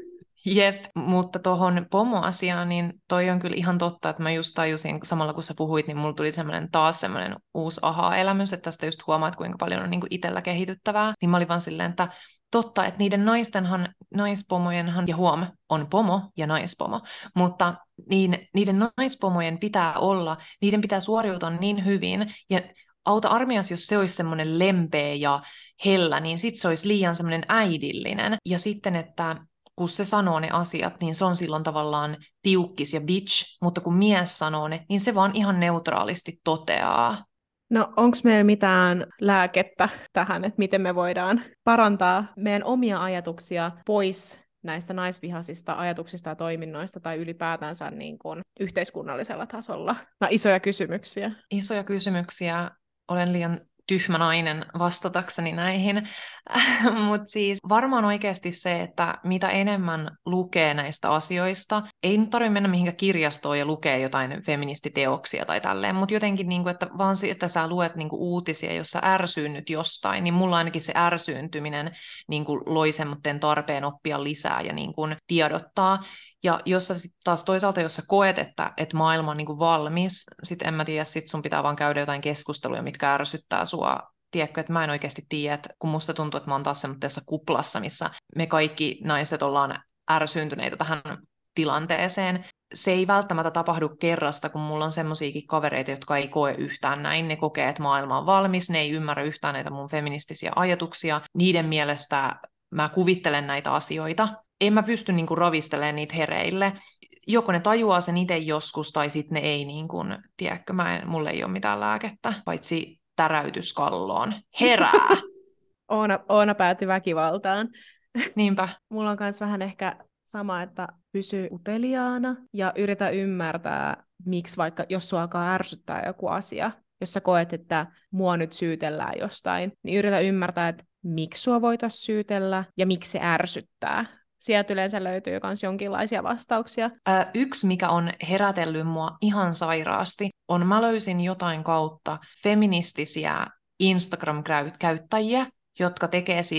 Speaker 2: Jep, mutta tuohon pomo-asiaan, niin toi on kyllä ihan totta, että mä just tajusin, samalla kun sä puhuit, niin mulla tuli semmoinen taas semmoinen uusi aha-elämys, että tästä just huomaat, kuinka paljon on niin kuin itsellä kehityttävää, niin mä olin vaan silleen, että totta, että niiden naistenhan, naispomojenhan, ja huom, on pomo ja naispomo, mutta niin, niiden naispomojen pitää olla, niiden pitää suoriutua niin hyvin, ja auta armias, jos se olisi semmoinen lempeä ja hellä, niin sit se olisi liian semmoinen äidillinen, ja sitten, että kun se sanoo ne asiat, niin se on silloin tavallaan tiukkis ja bitch, mutta kun mies sanoo ne, niin se vaan ihan neutraalisti toteaa.
Speaker 1: No onko meillä mitään lääkettä tähän, että miten me voidaan parantaa meidän omia ajatuksia pois näistä naisvihaisista ajatuksista ja toiminnoista tai ylipäätänsä niin kuin yhteiskunnallisella tasolla? No, isoja kysymyksiä.
Speaker 2: Isoja kysymyksiä. Olen liian tyhmä nainen vastatakseni näihin, mutta siis varmaan oikeasti se, että mitä enemmän lukee näistä asioista, ei nyt tarvitse mennä mihinkään kirjastoon ja lukea jotain feministiteoksia tai tälleen, mutta jotenkin, niin kuin, että vaan se, että sä luet niin kuin uutisia, jos sä ärsyynnyt jostain, niin mulla ainakin se ärsyyntyminen niin kuin loi semmoinen tarpeen oppia lisää ja niin kuin tiedottaa. Ja jos sä sit taas toisaalta, jos sä koet, että, että maailma on niin kuin valmis, sit en mä tiedä, sit sun pitää vaan käydä jotain keskusteluja, mitkä ärsyttää sua. Tiedätkö, että mä en oikeasti tiedä, että kun musta tuntuu, että mä oon taas semmoisessa kuplassa, missä me kaikki naiset ollaan ärsyyntyneitä tähän tilanteeseen. Se ei välttämättä tapahdu kerrasta, kun mulla on semmoisiakin kavereita, jotka ei koe yhtään näin. Ne kokee, että maailma on valmis, ne ei ymmärrä yhtään näitä mun feministisiä ajatuksia. Niiden mielestä mä kuvittelen näitä asioita. En mä pysty niinku ravistelemaan niitä hereille. Joko ne tajuaa sen itse joskus, tai sitten ne ei, niinku, tiedätkö, mä en, mulle ei ole mitään lääkettä, paitsi täräytys kalloon. Herää!
Speaker 1: Oona, Oona päätti väkivaltaan.
Speaker 2: Niinpä.
Speaker 1: Mulla on myös vähän ehkä sama, että pysy uteliaana ja yritä ymmärtää, miksi vaikka, jos sua alkaa ärsyttää joku asia, jos sä koet, että mua nyt syytellään jostain, niin yritä ymmärtää, että miksi sua voitaisiin syytellä ja miksi se ärsyttää. Sieltä yleensä löytyy myös jonkinlaisia vastauksia.
Speaker 2: Ö, yksi, mikä on herätellyt mua ihan sairaasti, on mä löysin jotain kautta feministisiä Instagram-käyttäjiä, jotka tekee siis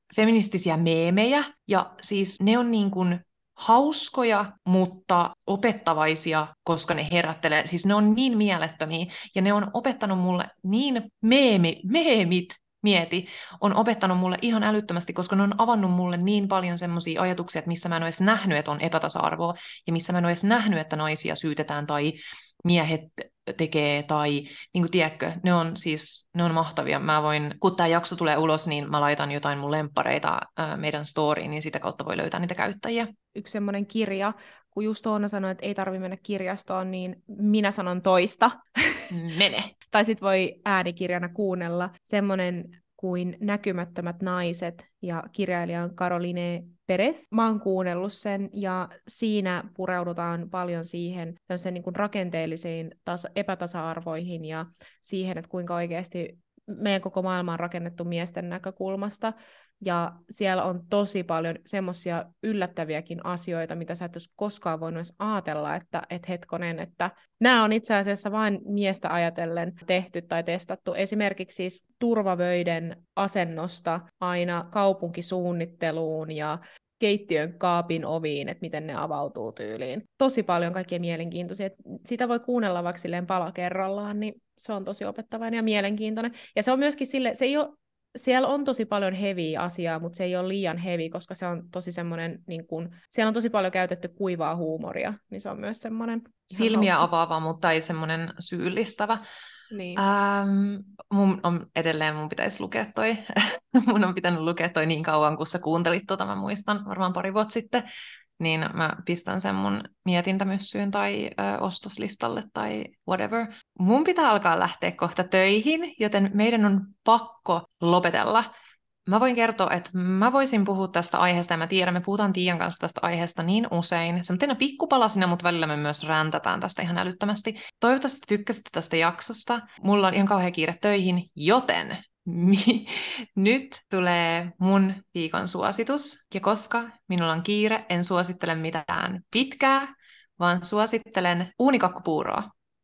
Speaker 2: feministisiä meemejä, ja siis ne on niin kuin hauskoja, mutta opettavaisia, koska ne herättelee. Siis ne on niin mielettömiä, ja ne on opettanut mulle niin meemi, meemit, mieti, on opettanut mulle ihan älyttömästi, koska ne on avannut mulle niin paljon semmoisia ajatuksia, että missä mä en ole edes nähnyt, että on epätasa-arvoa, ja missä mä en ole edes nähnyt, että naisia syytetään tai miehet tekee, tai niin kuin tiedätkö, ne on siis, ne on mahtavia. Mä voin, kun tämä jakso tulee ulos, niin mä laitan jotain mun lemppareita ää, meidän storyin, niin sitä kautta voi löytää niitä käyttäjiä.
Speaker 1: Yksi semmoinen kirja, kun just Oona sanoi, että ei tarvitse mennä kirjastoon, niin minä sanon toista.
Speaker 2: Mene.
Speaker 1: Tai sit voi äänikirjana kuunnella semmoinen kuin Näkymättömät naiset, ja kirjailija on Caroline Perez. Mä oon kuunnellut sen, ja siinä pureudutaan paljon siihen niin kuin rakenteellisiin tasa- epätasa-arvoihin ja siihen, että kuinka oikeasti meidän koko maailma on rakennettu miesten näkökulmasta, ja siellä on tosi paljon semmoisia yllättäviäkin asioita, mitä sä et olisi koskaan voinut edes ajatella, että et hetkonen, että nämä on itse asiassa vain miestä ajatellen tehty tai testattu. Esimerkiksi siis turvavöiden asennosta aina kaupunkisuunnitteluun ja keittiön kaapin oviin, että miten ne avautuu tyyliin. Tosi paljon kaikkia mielenkiintoisia. Sitä voi kuunnella vaikka silleen pala kerrallaan, niin se on tosi opettavainen ja mielenkiintoinen. Ja se on myöskin sille, se ei ole, siellä on tosi paljon heviä asiaa, mutta se ei ole liian hevi, koska se on tosi semmoinen, niin kun, siellä on tosi paljon käytetty kuivaa huumoria, niin se on myös semmoinen
Speaker 2: silmiä
Speaker 1: hauska.
Speaker 2: avaava, mutta ei semmoinen syyllistävä.
Speaker 1: Niin.
Speaker 2: Ähm, mun on, edelleen mun pitäisi lukea toi. Mun on pitänyt lukea toi niin kauan, kun sä kuuntelit tota, mä muistan, varmaan pari vuotta sitten. Niin mä pistän sen mun mietintämyssyyn tai ö, ostoslistalle tai whatever. Mun pitää alkaa lähteä kohta töihin, joten meidän on pakko lopetella. Mä voin kertoa, että mä voisin puhua tästä aiheesta, ja mä tiedän, me puhutaan Tiian kanssa tästä aiheesta niin usein. Semmoinen pikkupalasina, mutta välillä me myös räntätään tästä ihan älyttömästi. Toivottavasti tykkäsitte tästä jaksosta. Mulla on ihan kauhean kiire töihin, joten mi- nyt tulee mun viikon suositus. Ja koska minulla on kiire, en suosittele mitään pitkää, vaan suosittelen uunikakkupuuroa.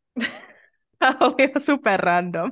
Speaker 1: Tämä oli ihan super random.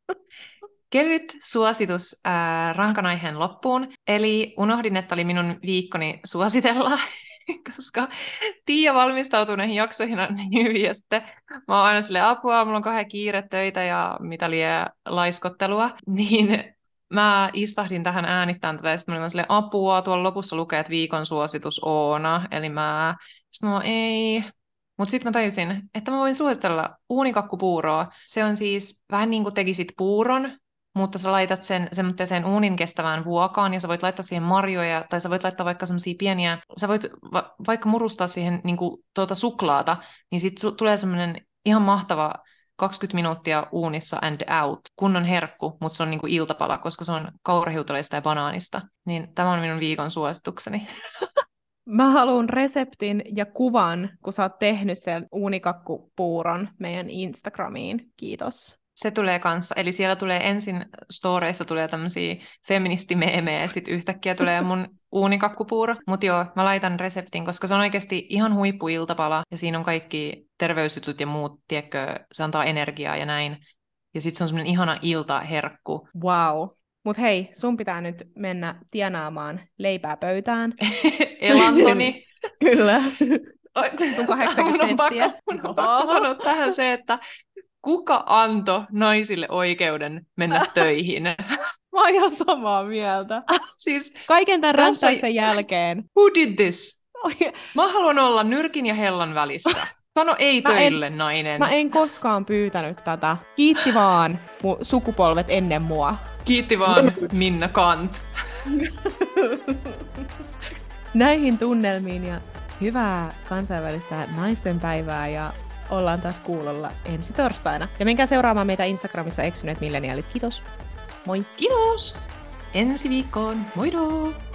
Speaker 2: Kevyt suositus ää, rankan aiheen loppuun. Eli unohdin, että oli minun viikkoni suositella, koska Tiia valmistautuu näihin jaksoihin niin hyvin. Ja sitten mä oon aina silleen, apua, mulla on kahden kiire töitä ja mitä liian laiskottelua. Niin mä istahdin tähän äänittämään tätä, ja sitten mä olin silleen, apua, tuolla lopussa lukee, että viikon suositus Oona. Eli mä, sitten mä ei... Mutta sitten mä tajusin, että mä voin suositella uunikakkupuuroa. Se on siis vähän niin kuin tekisit puuron, mutta sä laitat sen semmoiseen uunin kestävään vuokaan, ja sä voit laittaa siihen marjoja, tai sä voit laittaa vaikka semmoisia pieniä, sä voit va- vaikka murustaa siihen niin kuin, tuota suklaata, niin sitten su- tulee semmoinen ihan mahtava kaksikymmentä minuuttia uunissa and out, kunnon herkku, mutta se on niin kuin iltapala, koska se on kaurahiutaleista ja banaanista. Niin tämä on minun viikon suositukseni.
Speaker 1: Mä haluan reseptin ja kuvan, kun sä oot tehnyt sen uunikakkupuuron meidän Instagramiin. Kiitos.
Speaker 2: Se tulee kanssa, eli siellä tulee ensin storeissa tulee tämmöisiä feministimeemejä, ja sitten yhtäkkiä tulee mun uunikakkupuuro. Mutta joo, mä laitan reseptin, koska se on oikeasti ihan huippuiltapala, ja siinä on kaikki terveysjutut ja muut, tiedätkö, se antaa energiaa ja näin. Ja sitten se on semmoinen ihana iltaherkku.
Speaker 1: Wow. Mut hei, sun pitää nyt mennä tienaamaan leipää pöytään.
Speaker 2: Elantoni.
Speaker 1: Kyllä. Sun kahdeksankymmentä
Speaker 2: mun on
Speaker 1: senttiä.
Speaker 2: pakko, mun on pakko sanoa tähän se, että kuka antoi naisille oikeuden mennä töihin?
Speaker 1: Mä oon ihan samaa mieltä.
Speaker 2: Siis
Speaker 1: Kaiken tämän
Speaker 2: tässä-
Speaker 1: räntäyksen jälkeen.
Speaker 2: who did this?
Speaker 1: Oi,
Speaker 2: Mä haluan olla nyrkin ja hellan välissä. Sano ei
Speaker 1: Mä en-
Speaker 2: töille, nainen.
Speaker 1: Mä en koskaan pyytänyt tätä. Kiitti vaan mun sukupolvet ennen mua.
Speaker 2: Kiitti vaan Minna Kant.
Speaker 1: Näihin tunnelmiin ja hyvää kansainvälistä naistenpäivää, ja ollaan taas kuulolla ensi torstaina. Ja menkää seuraamaan meitä Instagramissa Eksyneet milleniaalit. Kiitos. Moi!
Speaker 2: Kiitos! Ensi viikkoon. Moido!